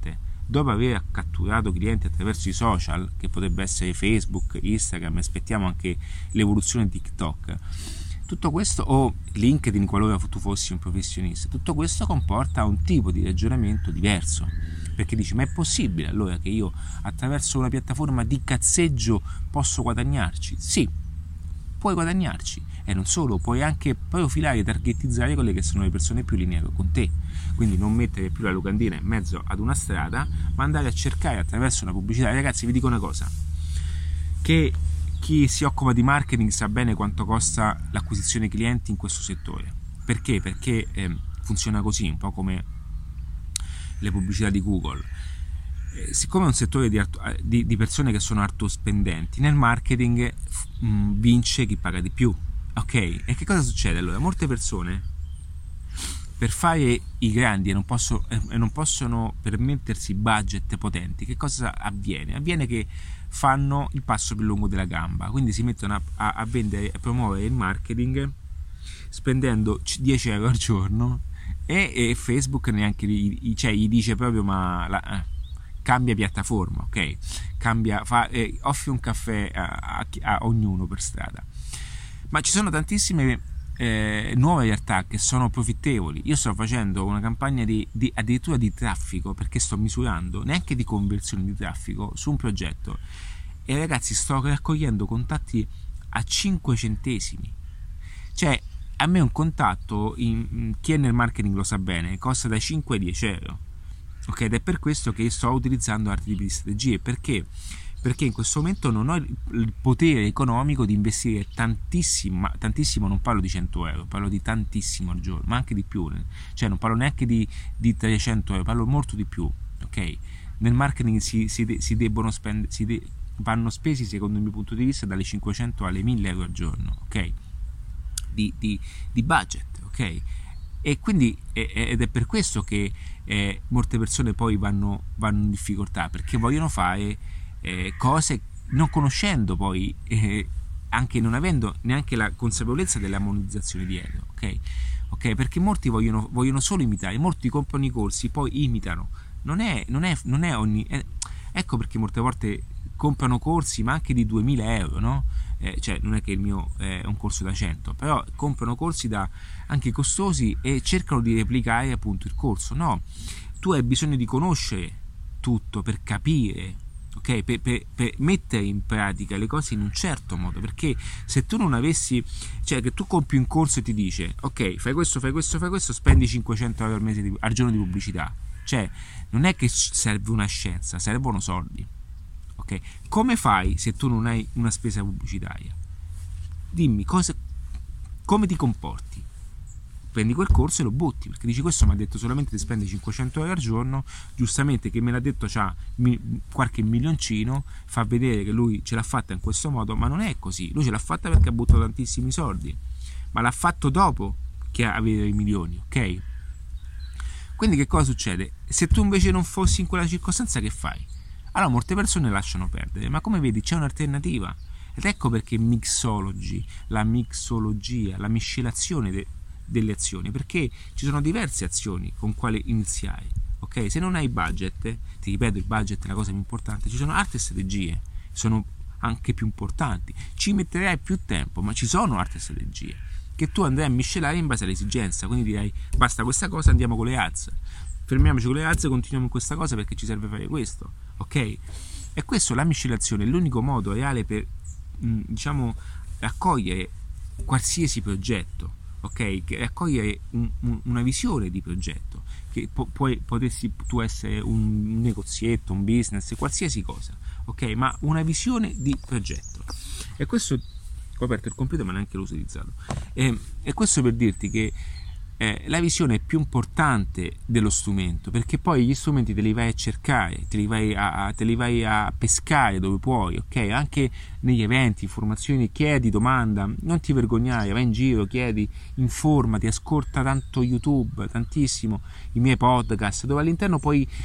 dopo aver catturato clienti attraverso i social, che potrebbe essere Facebook, Instagram, aspettiamo anche l'evoluzione di TikTok, tutto questo, o LinkedIn qualora tu fossi un professionista, tutto questo comporta un tipo di ragionamento diverso, perché dici: ma è possibile allora che io attraverso una piattaforma di cazzeggio posso guadagnarci? Sì, puoi guadagnarci, e non solo, puoi anche profilare e targetizzare quelle che sono le persone più in linea con te, quindi non mettere più la locandina in mezzo ad una strada, ma andare a cercare attraverso una pubblicità. Ragazzi, vi dico una cosa, che chi si occupa di marketing sa bene quanto costa l'acquisizione clienti in questo settore. Perché? Perché funziona così, un po' come le pubblicità di Google. Siccome è un settore di persone che sono artospendenti, nel marketing vince chi paga di più, ok? E che cosa succede allora? Molte persone, per fare i grandi e non possono permettersi budget potenti, che cosa avviene? Avviene che fanno il passo più lungo della gamba, quindi si mettono a vendere e promuovere il marketing spendendo 10 euro al giorno, e Facebook neanche gli dice proprio cambia piattaforma, ok? Offri un caffè a ognuno per strada. Ma ci sono tantissime nuove realtà che sono profittevoli. Io sto facendo una campagna addirittura di traffico, perché sto misurando, neanche di conversione, di traffico su un progetto, e ragazzi sto raccogliendo contatti a 5 centesimi. Cioè, a me un contatto, chi è nel marketing lo sa bene, costa dai 5 ai 10 euro, ok? Ed è per questo che sto utilizzando altri tipi di strategie. Perché in questo momento non ho il potere economico di investire tantissimo, non parlo di 100 euro, parlo di tantissimo al giorno, ma anche di più, cioè non parlo neanche di 300 euro, parlo molto di più, ok? Nel marketing si debbono spendere, vanno spesi, secondo il mio punto di vista, dalle 500 alle 1000 euro al giorno, ok? Di budget, ok? E quindi ed è per questo che molte persone poi vanno in difficoltà, perché vogliono fare cose non conoscendo poi, anche non avendo neanche la consapevolezza della monetizzazione dietro, ok? Perché molti vogliono solo imitare, molti comprano i corsi, poi imitano. Non è ogni, ecco perché molte volte comprano corsi, ma anche di 2000 euro, no? Cioè non è che il mio è un corso da 100, però comprano corsi anche costosi e cercano di replicare appunto il corso. No, tu hai bisogno di conoscere tutto per capire, ok? Per mettere in pratica le cose in un certo modo, perché se tu non avessi, cioè che tu compri un corso e ti dice: ok, fai questo, spendi 500 euro al mese al giorno di pubblicità, cioè non è che serve una scienza, servono soldi. Okay. Come fai se tu non hai una spesa pubblicitaria? Dimmi come ti comporti. Prendi quel corso e lo butti, perché dici: questo mi ha detto solamente di spendere 500 euro al giorno, giustamente che me l'ha detto c'ha qualche milioncino, fa vedere che lui ce l'ha fatta in questo modo, ma non è così. Lui ce l'ha fatta perché ha buttato tantissimi soldi, ma l'ha fatto dopo che aveva i milioni, ok? Quindi che cosa succede? Se tu invece non fossi in quella circostanza, che fai? Allora molte persone lasciano perdere, ma come vedi c'è un'alternativa, ed ecco perché la mixologia, la miscelazione delle azioni, perché ci sono diverse azioni con quale iniziare, ok? Se non hai budget, ti ripeto, il budget è la cosa più importante, ci sono altre strategie, sono anche più importanti, ci metterai più tempo, ma ci sono altre strategie che tu andrai a miscelare in base all'esigenza, quindi direi: basta questa cosa, andiamo con le ads, fermiamoci con le ads, continuiamo in questa cosa perché ci serve fare questo, ok? E questo, la miscelazione, è l'unico modo reale per diciamo raccogliere qualsiasi progetto, ok? Raccogliere una visione di progetto, che potessi tu essere un negozietto, un business, qualsiasi cosa, ok? Ma una visione di progetto. E questo, ho aperto il computer ma neanche l'ho utilizzato, e questo per dirti che la visione è più importante dello strumento, perché poi gli strumenti te li vai a cercare, te li vai a pescare dove puoi, ok? Anche negli eventi, informazioni, chiedi, domanda, non ti vergognare, vai in giro, chiedi, informati, ascolta tanto YouTube, tantissimo i miei podcast, dove all'interno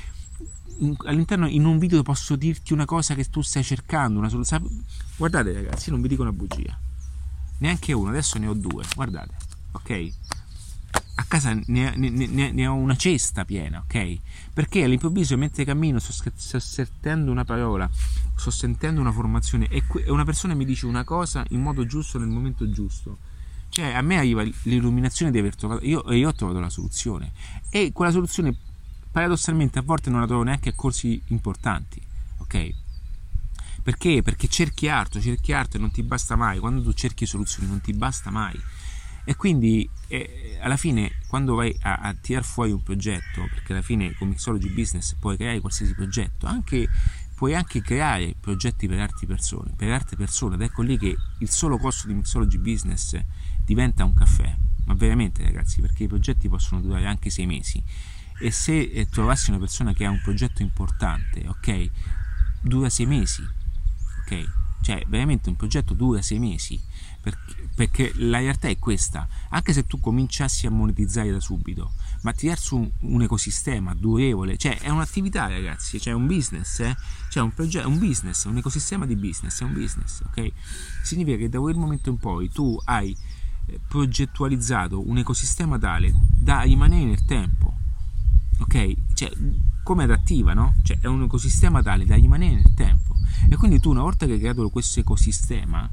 in un video posso dirti una cosa che tu stai cercando, una soluzione. Guardate ragazzi, non vi dico una bugia, neanche una, adesso ne ho 2, guardate, ok? a casa ne ho una cesta piena, ok? Perché all'improvviso mentre cammino sto sentendo una parola, sto sentendo una formazione e una persona mi dice una cosa in modo giusto nel momento giusto. Cioè a me arriva l'illuminazione di aver trovato, io ho trovato la soluzione, e quella soluzione paradossalmente a volte non la trovo neanche a corsi importanti, ok? Perché? Perché cerchi altro e non ti basta mai. Quando tu cerchi soluzioni non ti basta mai. E quindi alla fine quando vai a tirar fuori un progetto, perché alla fine con Mixology Business puoi creare qualsiasi progetto, puoi anche creare progetti per altre persone, ed ecco lì che il solo costo di Mixology Business diventa un caffè. Ma veramente, ragazzi, perché i progetti possono durare anche 6 mesi, e se trovassi una persona che ha un progetto importante, ok, dura 6 mesi, ok? Cioè veramente un progetto dura 6 mesi, perché la realtà è questa. Anche se tu cominciassi a monetizzare da subito, ma tirare su un ecosistema durevole, cioè è un'attività, ragazzi, cioè un business, cioè un progetto, un business, un ecosistema di business, è un business, ok? Significa che da quel momento in poi tu hai progettualizzato un ecosistema tale da rimanere nel tempo, ok? Cioè come adattiva, no? Cioè è un ecosistema tale da rimanere nel tempo, e quindi tu una volta che hai creato questo ecosistema,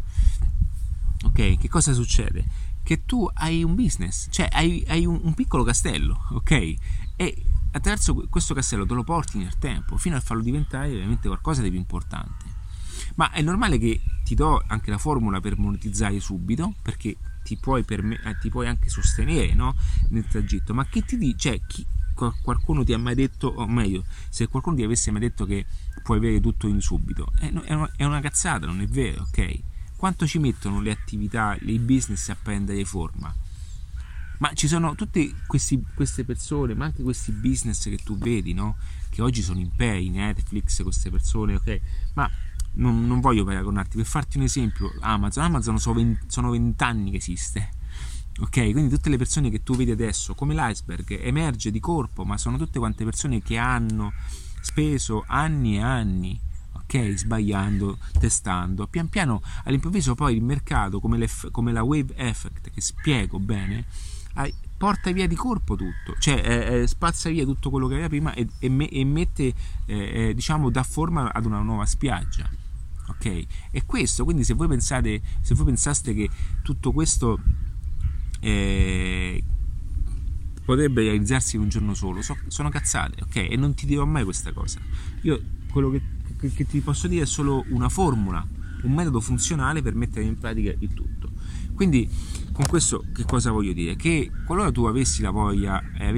ok, che cosa succede? Che tu hai un business, cioè hai un piccolo castello, ok? E attraverso questo castello te lo porti nel tempo fino a farlo diventare veramente qualcosa di più importante. Ma è normale che ti do anche la formula per monetizzare subito, perché ti puoi anche sostenere, no? Nel tragitto. Ma che ti dice? Qualcuno ti ha mai detto, o meglio, se qualcuno ti avesse mai detto che puoi avere tutto in subito, è una cazzata, non è vero, ok? Quanto ci mettono le attività, i business a prendere forma? Ma ci sono tutte queste persone, ma anche questi business che tu vedi, no? Che oggi sono imperi, Netflix, queste persone, ok? Ma non voglio paragonarti, per farti un esempio, Amazon sono 20 anni che esiste, ok? Quindi tutte le persone che tu vedi adesso come l'iceberg emerge di corpo, ma sono tutte quante persone che hanno speso anni e anni, ok? Sbagliando, testando, pian piano all'improvviso poi il mercato, come la wave effect, che spiego bene, porta via di corpo tutto, cioè spazza via tutto quello che aveva prima e mette, diciamo, dà forma ad una nuova spiaggia, ok? E questo, quindi se voi pensaste che tutto questo potrebbe realizzarsi in un giorno solo, sono cazzate, ok? E non ti dirò mai questa cosa. Io quello che ti posso dire è solo una formula, un metodo funzionale per mettere in pratica il tutto. Quindi con questo che cosa voglio dire? Che qualora tu avessi la voglia e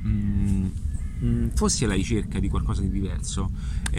fossi alla ricerca di qualcosa di diverso,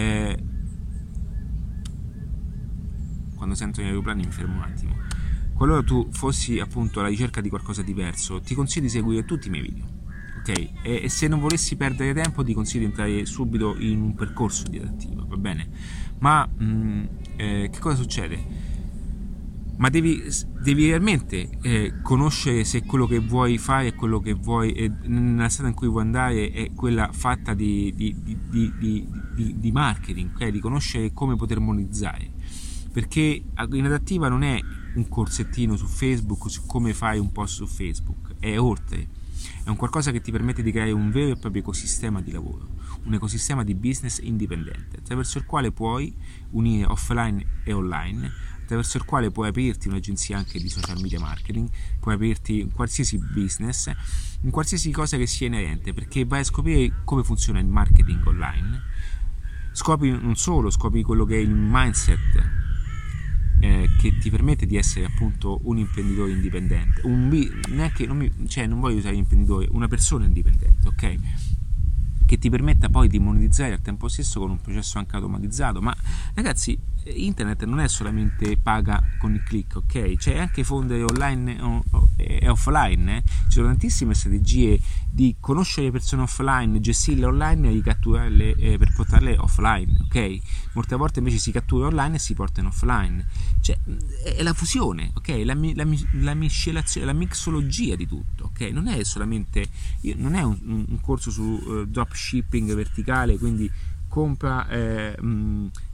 quando sento gli aeroplani mi fermo un attimo. Qualora tu fossi appunto alla ricerca di qualcosa di diverso, ti consiglio di seguire tutti i miei video, ok? E se non volessi perdere tempo ti consiglio di entrare subito in un percorso di adattiva, va bene? Ma che cosa succede? Ma devi realmente conoscere se quello che vuoi fare è quello che vuoi, nella strada in cui vuoi andare è quella fatta di marketing, okay? Di conoscere come poter monetizzare, perché in adattiva non è un corsettino su Facebook su come fai un post su Facebook, è oltre, è un qualcosa che ti permette di creare un vero e proprio ecosistema di lavoro, un ecosistema di business indipendente, attraverso il quale puoi unire offline e online, attraverso il quale puoi aprirti un'agenzia anche di social media marketing, puoi aprirti in qualsiasi business, in qualsiasi cosa che sia inerente, perché vai a scoprire come funziona il marketing online, scopri quello che è il mindset che ti permette di essere appunto un imprenditore indipendente, non voglio usare imprenditore, una persona indipendente, ok? Che ti permetta poi di monetizzare al tempo stesso con un processo anche automatizzato. Ma ragazzi, internet non è solamente paga con il click, ok? C'è anche fondere online e offline, ci sono tantissime strategie di conoscere le persone offline, gestirle online e ricatturarle per portarle offline, ok? Molte volte invece si cattura online e si porta in offline, cioè è la fusione, ok? La miscelazione, la mixologia di tutto, ok? Non è solamente, non è un corso su dropshipping verticale, quindi compra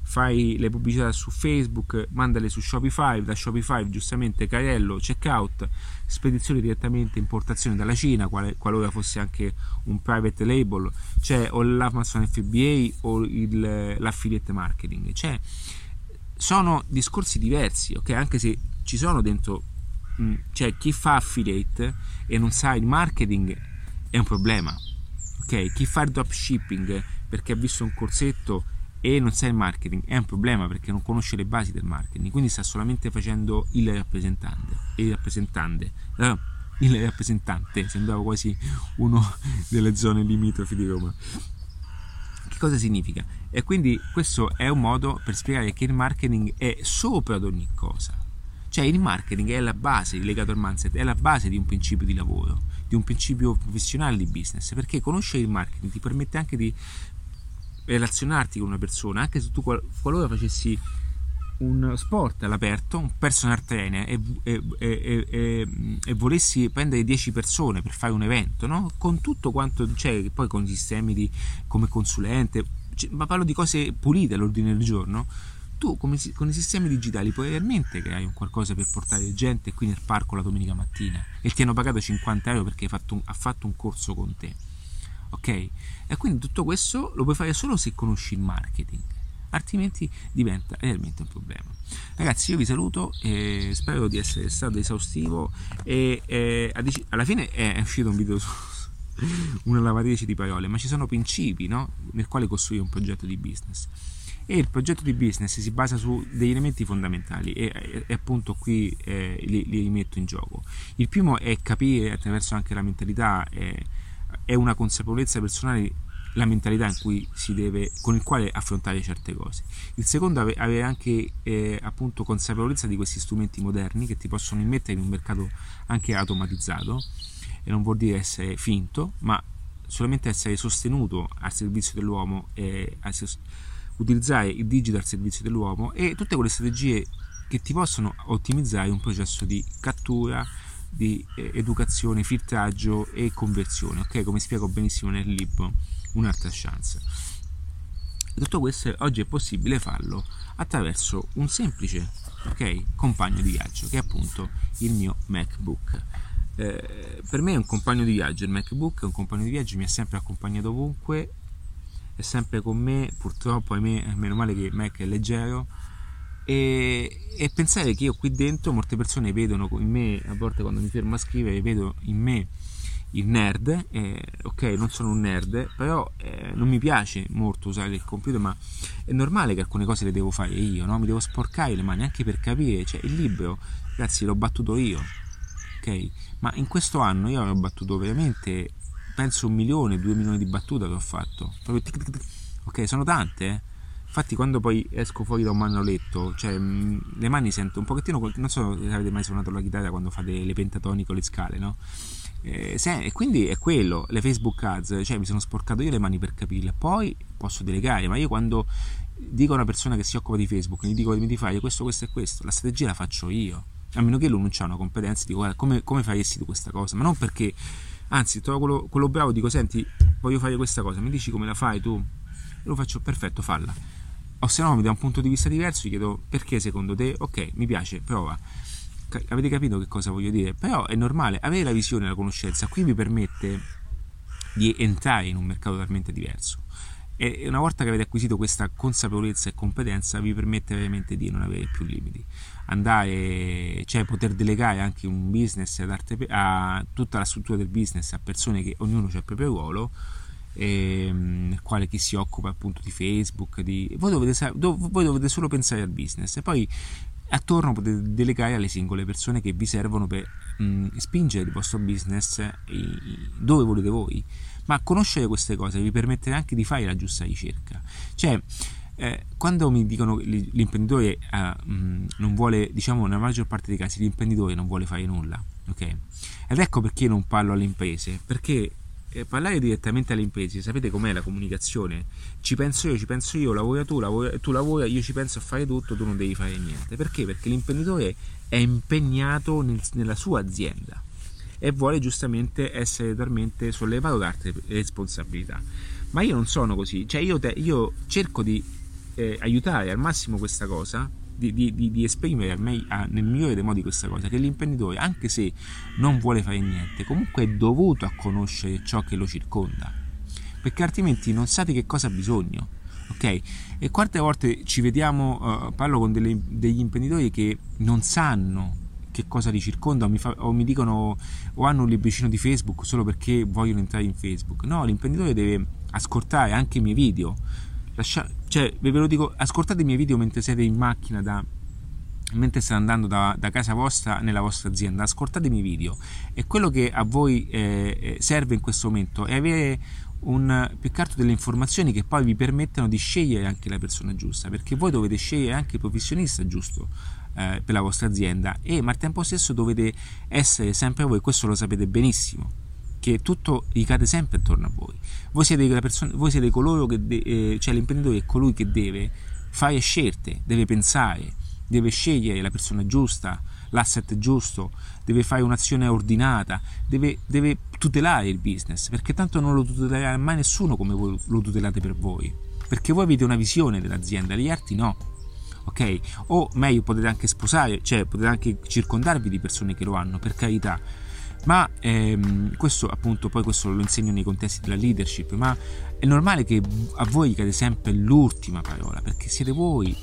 fai le pubblicità su Facebook, mandale su Shopify, da Shopify giustamente carrello, checkout, spedizione direttamente, importazione dalla Cina, qualora fosse anche un private label, cioè o l'Amazon FBA o l'affiliate marketing, cioè sono discorsi diversi, ok? Anche se ci sono dentro, cioè chi fa affiliate e non sa il marketing è un problema, ok? Chi fa il dropshipping perché ha visto un corsetto e non sa il marketing è un problema, perché non conosce le basi del marketing, quindi sta solamente facendo il rappresentante, sembrava quasi uno delle zone limitrofi di Roma. Che cosa significa? E quindi questo è un modo per spiegare che il marketing è sopra ad ogni cosa, cioè il marketing è la base, legato al mindset, è la base di un principio di lavoro, di un principio professionale di business, perché conoscere il marketing ti permette anche di relazionarti con una persona, anche se tu qualora facessi un sport all'aperto, un personal trainer e volessi prendere 10 persone per fare un evento, no? Con tutto quanto c'è, poi con i sistemi come consulente, ma parlo di cose pulite all'ordine del giorno, tu con i sistemi digitali puoi realmente creare un qualcosa per portare gente qui nel parco la domenica mattina e ti hanno pagato 50 euro perché ha fatto un corso con te, ok? E quindi tutto questo lo puoi fare solo se conosci il marketing, altrimenti diventa realmente un problema. Ragazzi, io vi saluto e spero di essere stato esaustivo e alla fine è uscito un video su una lavatrice di parole, ma ci sono principi, no? Nel quale costruire un progetto di business, e il progetto di business si basa su degli elementi fondamentali e appunto qui li rimetto in gioco. Il primo è capire attraverso anche la mentalità, è una consapevolezza personale, la mentalità con il quale affrontare certe cose. Il secondo, avere anche appunto consapevolezza di questi strumenti moderni che ti possono immettere in un mercato anche automatizzato, e non vuol dire essere finto, ma solamente essere sostenuto al servizio dell'uomo e utilizzare il digital al servizio dell'uomo, e tutte quelle strategie che ti possono ottimizzare un processo di cattura, di educazione, filtraggio e conversione, ok? Come spiego benissimo nel libro Un'altra chance. E tutto questo oggi è possibile farlo attraverso un semplice, ok, compagno di viaggio, che è appunto il mio MacBook. Per me è un compagno di viaggio, il MacBook è un compagno di viaggio, mi ha sempre accompagnato ovunque, è sempre con me, purtroppo ahimè, meno male che il Mac è leggero, e pensare che io qui dentro, molte persone vedono in me, a volte quando mi fermo a scrivere, vedo in me il nerd, ok, non sono un nerd, però non mi piace molto usare il computer, ma è normale che alcune cose le devo fare io, no? Mi devo sporcare le mani anche per capire, cioè il libro, ragazzi, l'ho battuto io, ok? Ma in questo anno io ho battuto veramente, penso 1 milione, 2 milioni di battute che ho fatto, ok, sono tante, Infatti quando poi esco fuori da un manoletto, cioè le mani sento un pochettino, non so se avete mai suonato la chitarra quando fate le pentatoni con le scale, no? E quindi è quello, le Facebook ads, cioè mi sono sporcato io le mani per capirle, poi posso delegare, ma io quando dico a una persona che si occupa di Facebook, gli dico che mi devi fare questo e questo, la strategia la faccio io, a meno che lui non c'ha una competenza, dico guarda, come faresti tu questa cosa, ma non perché, anzi trovo quello bravo, dico senti, voglio fare questa cosa, mi dici come la fai tu? E lo faccio, perfetto, falla. O se no mi dà un punto di vista diverso, gli chiedo perché secondo te, ok, mi piace, prova. Avete capito che cosa voglio dire? Però è normale, avere la visione e la conoscenza qui vi permette di entrare in un mercato talmente diverso, e una volta che avete acquisito questa consapevolezza e competenza vi permette veramente di non avere più limiti, andare, cioè poter delegare anche un business a tutta la struttura del business a persone che ognuno ha il proprio ruolo, nel quale chi si occupa appunto di Facebook, voi dovete solo pensare al business e poi attorno potete delegare alle singole persone che vi servono per spingere il vostro business dove volete voi. Ma conoscere queste cose vi permetterà anche di fare la giusta ricerca, cioè quando mi dicono l'imprenditore non vuole, diciamo nella maggior parte dei casi l'imprenditore non vuole fare nulla, ok? Ed ecco perché non parlo alle imprese, perché parlare direttamente alle imprese, sapete com'è la comunicazione? Ci penso io, lavora tu lavora, io ci penso a fare tutto, tu non devi fare niente. Perché? Perché l'imprenditore è impegnato nella sua azienda e vuole giustamente essere talmente sollevato da altre responsabilità. Ma io non sono così, cioè io cerco di aiutare al massimo questa cosa, di esprimere nel migliore dei modi questa cosa, che l'imprenditore, anche se non vuole fare niente, comunque è dovuto a conoscere ciò che lo circonda, perché altrimenti non sa di che cosa ha bisogno, ok? E quante volte ci vediamo, parlo con degli imprenditori che non sanno che cosa li circonda, o mi dicono, o hanno un libricino di Facebook solo perché vogliono entrare in Facebook. No, l'imprenditore deve ascoltare anche i miei video, cioè ve lo dico, ascoltate i miei video mentre siete in macchina, mentre state andando da casa vostra nella vostra azienda, ascoltate i miei video, e quello che a voi serve in questo momento è avere più che altro delle informazioni che poi vi permettano di scegliere anche la persona giusta, perché voi dovete scegliere anche il professionista giusto per la vostra azienda, ma al tempo stesso dovete essere sempre voi, questo lo sapete benissimo, che tutto ricade sempre attorno a voi. Voi siete coloro che cioè l'imprenditore è colui che deve fare scelte, deve pensare, deve scegliere la persona giusta, l'asset giusto, deve fare un'azione ordinata, deve tutelare il business, perché tanto non lo tutelerà mai nessuno come voi lo tutelate per voi, perché voi avete una visione dell'azienda, gli altri no, ok? O meglio, potete anche sposare, cioè potete anche circondarvi di persone che lo hanno, per carità, ma questo appunto, poi questo lo insegno nei contesti della leadership, ma è normale che a voi cade sempre l'ultima parola, perché siete voi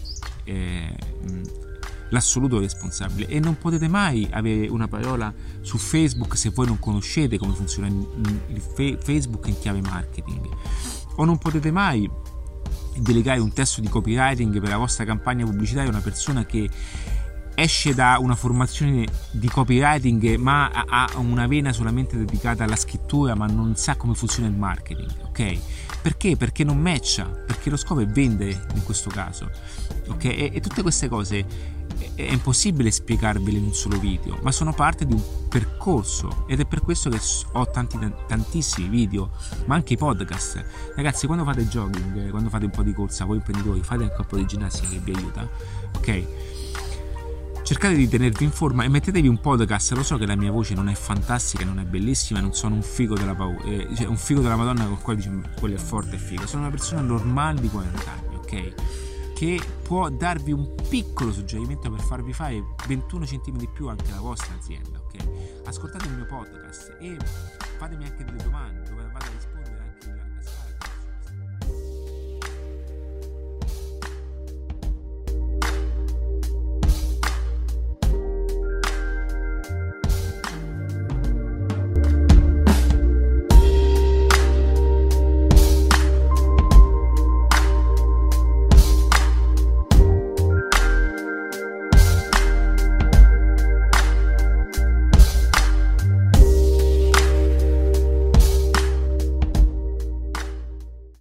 l'assoluto responsabile, e non potete mai avere una parola su Facebook se voi non conoscete come funziona il Facebook in chiave marketing, o non potete mai delegare un testo di copywriting per la vostra campagna pubblicitaria a una persona che esce da una formazione di copywriting ma ha una vena solamente dedicata alla scrittura, ma non sa come funziona il marketing, ok? Perché? Perché non matcha, perché lo scopo è vendere in questo caso, ok? E tutte queste cose è impossibile spiegarvele in un solo video, ma sono parte di un percorso, ed è per questo che ho tantissimi video, ma anche i podcast. Ragazzi, quando fate jogging, quando fate un po' di corsa, voi imprenditori, fate anche un po' di ginnastica che vi aiuta, ok? Cercate di tenervi in forma e mettetevi un podcast. Lo so che la mia voce non è fantastica, non è bellissima, non sono un figo della cioè un figo della Madonna con quale dice quello è forte e figo. Sono una persona normale di 40 anni, ok? Che può darvi un piccolo suggerimento per farvi fare 21 centimi di più anche la vostra azienda, ok? Ascoltate il mio podcast e fatemi anche delle domande dove vado a rispondere.